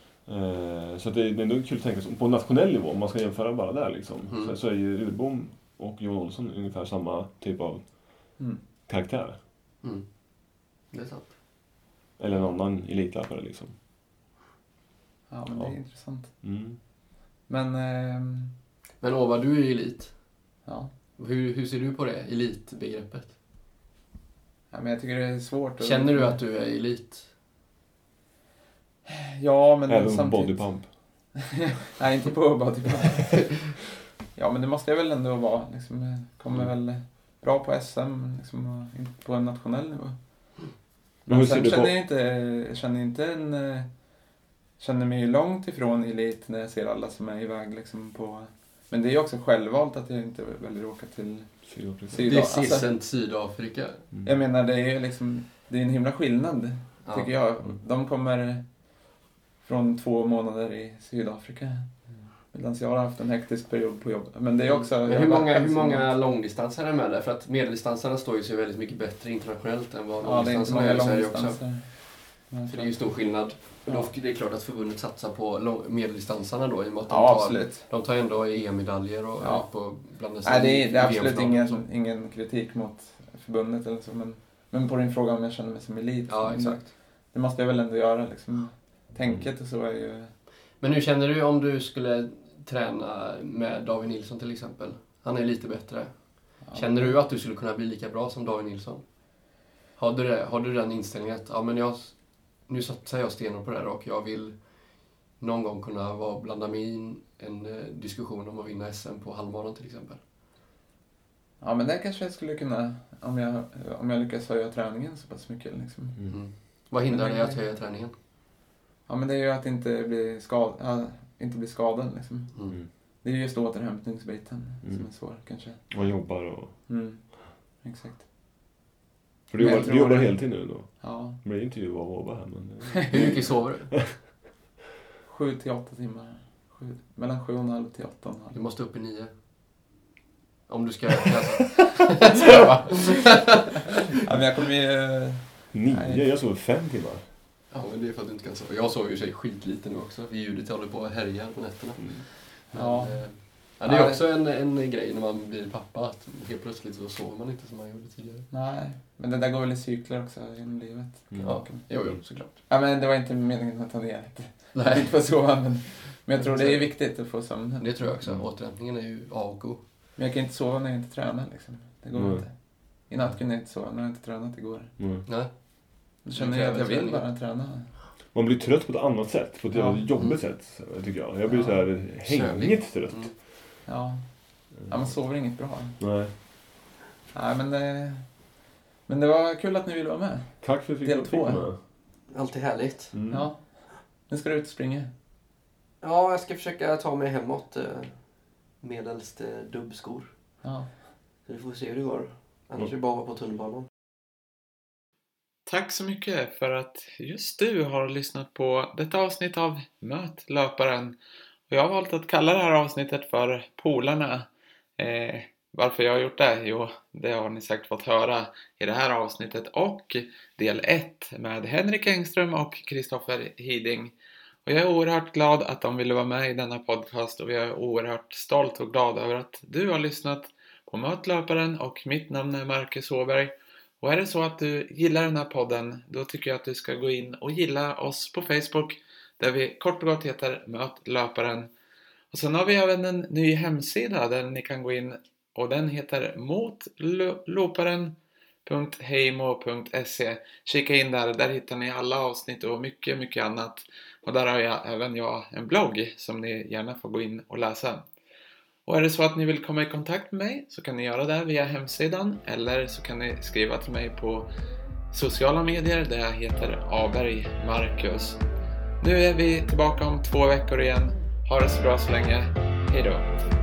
[SPEAKER 3] Uh, så det är ändå kul att tänka så. På nationell nivå, om man ska jämföra bara där liksom.
[SPEAKER 4] Mm.
[SPEAKER 3] Så, så är ju Urbom och Jon Olsson ungefär samma typ av
[SPEAKER 2] mm.
[SPEAKER 3] karaktär.
[SPEAKER 4] Mm. Det är sant.
[SPEAKER 3] Eller en annan elitlöpare liksom.
[SPEAKER 2] Ja, men det är
[SPEAKER 3] Ja.
[SPEAKER 2] intressant.
[SPEAKER 3] Mm.
[SPEAKER 2] Men... ehm,
[SPEAKER 4] Men Ova, du är ju elit.
[SPEAKER 2] ja.
[SPEAKER 4] Hur, hur ser du på det, elitbegreppet?
[SPEAKER 2] ja, men jag tycker det är svårt. Att...
[SPEAKER 4] Känner du att du är elit?
[SPEAKER 2] Ja, men
[SPEAKER 3] Även
[SPEAKER 2] samtidigt...
[SPEAKER 3] bodypump.
[SPEAKER 2] Nej, inte på bodypump. Ja, men det måste jag väl ändå vara. Liksom, jag kommer
[SPEAKER 3] Mm.
[SPEAKER 2] väl bra på S M liksom, och inte på en nationell nivå.
[SPEAKER 3] Men hur
[SPEAKER 2] Sen
[SPEAKER 3] ser du
[SPEAKER 2] känner
[SPEAKER 3] på...
[SPEAKER 2] jag inte, jag känner inte en... eh, känner mig långt ifrån elit när jag ser alla som är iväg liksom på... Men det är ju också självvalt att jag inte väljer att åka till
[SPEAKER 3] Sydafrika?
[SPEAKER 2] Sydafrika.
[SPEAKER 4] This
[SPEAKER 2] Alltså,
[SPEAKER 4] isn't Sydafrika.
[SPEAKER 3] Mm.
[SPEAKER 2] jag menar, det är ju liksom... Det är en himla skillnad,
[SPEAKER 4] Ja.
[SPEAKER 2] tycker jag. De kommer från två månader i Sydafrika. Medan jag har haft en hektisk period på jobb. Men det är också...
[SPEAKER 4] Men hur många, hur många långdistanser är med där? För att medeldistanserna står ju sig väldigt mycket bättre internationellt än vad
[SPEAKER 2] Ja, det är inte
[SPEAKER 4] långdistanserna
[SPEAKER 2] många
[SPEAKER 4] gör i Sverige också.
[SPEAKER 2] långdistanser.
[SPEAKER 4] För det är ju stor skillnad.
[SPEAKER 2] Ja.
[SPEAKER 4] Då, det är klart att förbundet satsar på lång, medeldistanserna då i och med att de
[SPEAKER 2] Ja,
[SPEAKER 4] tar,
[SPEAKER 2] absolut.
[SPEAKER 4] de tar ändå E M-medaljer och
[SPEAKER 2] Ja.
[SPEAKER 4] är på bland sig
[SPEAKER 2] Nej, det är, det är
[SPEAKER 4] i
[SPEAKER 2] absolut
[SPEAKER 4] V M-final och
[SPEAKER 2] ingen, ingen kritik mot förbundet eller så. Men, men på din fråga om jag känner mig som elit.
[SPEAKER 4] Ja,
[SPEAKER 2] så-
[SPEAKER 4] exakt.
[SPEAKER 2] Det måste jag väl ändå göra liksom. Tänket och så är ju...
[SPEAKER 4] Men hur känner du om du skulle träna med David Nilsson till exempel? Han är lite bättre.
[SPEAKER 2] Ja.
[SPEAKER 4] Känner du att du skulle kunna bli lika bra som David Nilsson? Har du, det, har du den inställningen att ja, men jag, nu satsar jag stenhårt på det här och jag vill någon gång kunna vara, blanda mig i en, en eh, diskussion om att vinna S M på halvmaran till exempel?
[SPEAKER 2] Ja, men det kanske jag skulle kunna... Om jag, om jag lyckas höja träningen så pass mycket liksom.
[SPEAKER 3] Mm.
[SPEAKER 4] Mm. Vad hindrar
[SPEAKER 2] Men det-
[SPEAKER 4] dig att höja träningen?
[SPEAKER 2] Ja, men det är ju att inte bli, skad, ja, inte bli skadad liksom.
[SPEAKER 4] Mm.
[SPEAKER 3] Mm.
[SPEAKER 2] Det är ju just återhämtningsbiten
[SPEAKER 3] Mm.
[SPEAKER 2] som är svår kanske.
[SPEAKER 3] Man jobbar och...
[SPEAKER 2] Mm. Exakt.
[SPEAKER 3] För du
[SPEAKER 2] Men jag
[SPEAKER 3] jobbar,
[SPEAKER 2] tror
[SPEAKER 3] du jobbar
[SPEAKER 2] det-
[SPEAKER 3] heltid nu då?
[SPEAKER 2] Ja.
[SPEAKER 3] Det blir intervju av Åba här, men...
[SPEAKER 4] Hur mycket sover du?
[SPEAKER 2] Sju till åtta timmar. Sju, mellan sju och en halv till åtta och en
[SPEAKER 4] Du
[SPEAKER 2] halv.
[SPEAKER 4] måste upp i nio. Om du ska... Alltså.
[SPEAKER 2] Ja, men jag kommer ju...
[SPEAKER 3] Nio?
[SPEAKER 2] Nej.
[SPEAKER 3] Jag sover fem timmar.
[SPEAKER 4] Ja, men det är för att du inte kan sova. Jag sover ju sig skitlite nu också. Ljudet håller på att härja på nätterna.
[SPEAKER 3] Mm.
[SPEAKER 4] Men,
[SPEAKER 2] Ja.
[SPEAKER 4] eh, ja, det är också en, en grej när man blir pappa. Att helt plötsligt så sover man inte som man gjorde tidigare.
[SPEAKER 2] Nej, men det där går väl i cykler också genom livet.
[SPEAKER 3] Mm.
[SPEAKER 4] Ja, jo, jo, såklart.
[SPEAKER 2] Ja, men det var inte meningen att ta ner lite.
[SPEAKER 4] Nej,
[SPEAKER 2] Inte för att sova, men, men jag tror det är viktigt att få sömn.
[SPEAKER 4] det tror jag också.
[SPEAKER 3] Mm.
[SPEAKER 4] Återhämtningen är ju A och O.
[SPEAKER 2] Men jag kan inte sova när jag inte tränar liksom. Det går
[SPEAKER 3] Mm.
[SPEAKER 2] inte. I natt kunde jag inte sova när jag inte tränat igår.
[SPEAKER 3] Mm.
[SPEAKER 4] Nej.
[SPEAKER 2] Då känner jag att jag vill bara träna.
[SPEAKER 3] Man blir trött på ett annat sätt, på ett
[SPEAKER 2] Ja.
[SPEAKER 3] jobbigt
[SPEAKER 4] Mm.
[SPEAKER 3] sätt, tycker jag. Jag blir
[SPEAKER 2] Ja.
[SPEAKER 3] så här hängigt trött.
[SPEAKER 4] Mm.
[SPEAKER 2] Ja. Ja, man sover inget bra.
[SPEAKER 3] Nej.
[SPEAKER 2] Nej, men det, men det var kul att ni ville vara med.
[SPEAKER 3] Tack för att vi
[SPEAKER 2] Del
[SPEAKER 3] fick
[SPEAKER 2] två.
[SPEAKER 3] komma med.
[SPEAKER 4] Alltid härligt.
[SPEAKER 3] Mm.
[SPEAKER 2] Ja. Nu ska du ut och springa.
[SPEAKER 4] Ja, jag ska försöka ta mig hemåt eh, medelst eh, dubbskor.
[SPEAKER 2] Ja.
[SPEAKER 4] Så vi får se hur det går. Annars
[SPEAKER 3] Mm.
[SPEAKER 4] är det bara att vara på tunnelbanan.
[SPEAKER 1] Tack så mycket för att just du har lyssnat på detta avsnitt av Möt löparen. Och jag har valt att kalla det här avsnittet för Polarna. Eh, varför jag har gjort det? Jo, det har ni säkert fått höra i det här avsnittet och del ett med Henrik Engström och Kristoffer Hiding. Och jag är oerhört glad att de ville vara med i denna podcast och jag är oerhört stolt och glad över att du har lyssnat på Möt löparen och mitt namn är Marcus Åberg. Och är det så att du gillar den här podden, då tycker jag att du ska gå in och gilla oss på Facebook där vi kort och gott heter Möt löparen. Och sen har vi även en ny hemsida där ni kan gå in och den heter motloparen punkt heimo punkt se. Kika in där, där hittar ni alla avsnitt och mycket, mycket annat. Och där har jag även jag en blogg som ni gärna får gå in och läsa. Och är det så att ni vill komma i kontakt med mig så kan ni göra det via hemsidan eller så kan ni skriva till mig på sociala medier där jag heter Aberg Marcus. Nu är vi tillbaka om två veckor igen. Ha det så bra så länge. Hej då!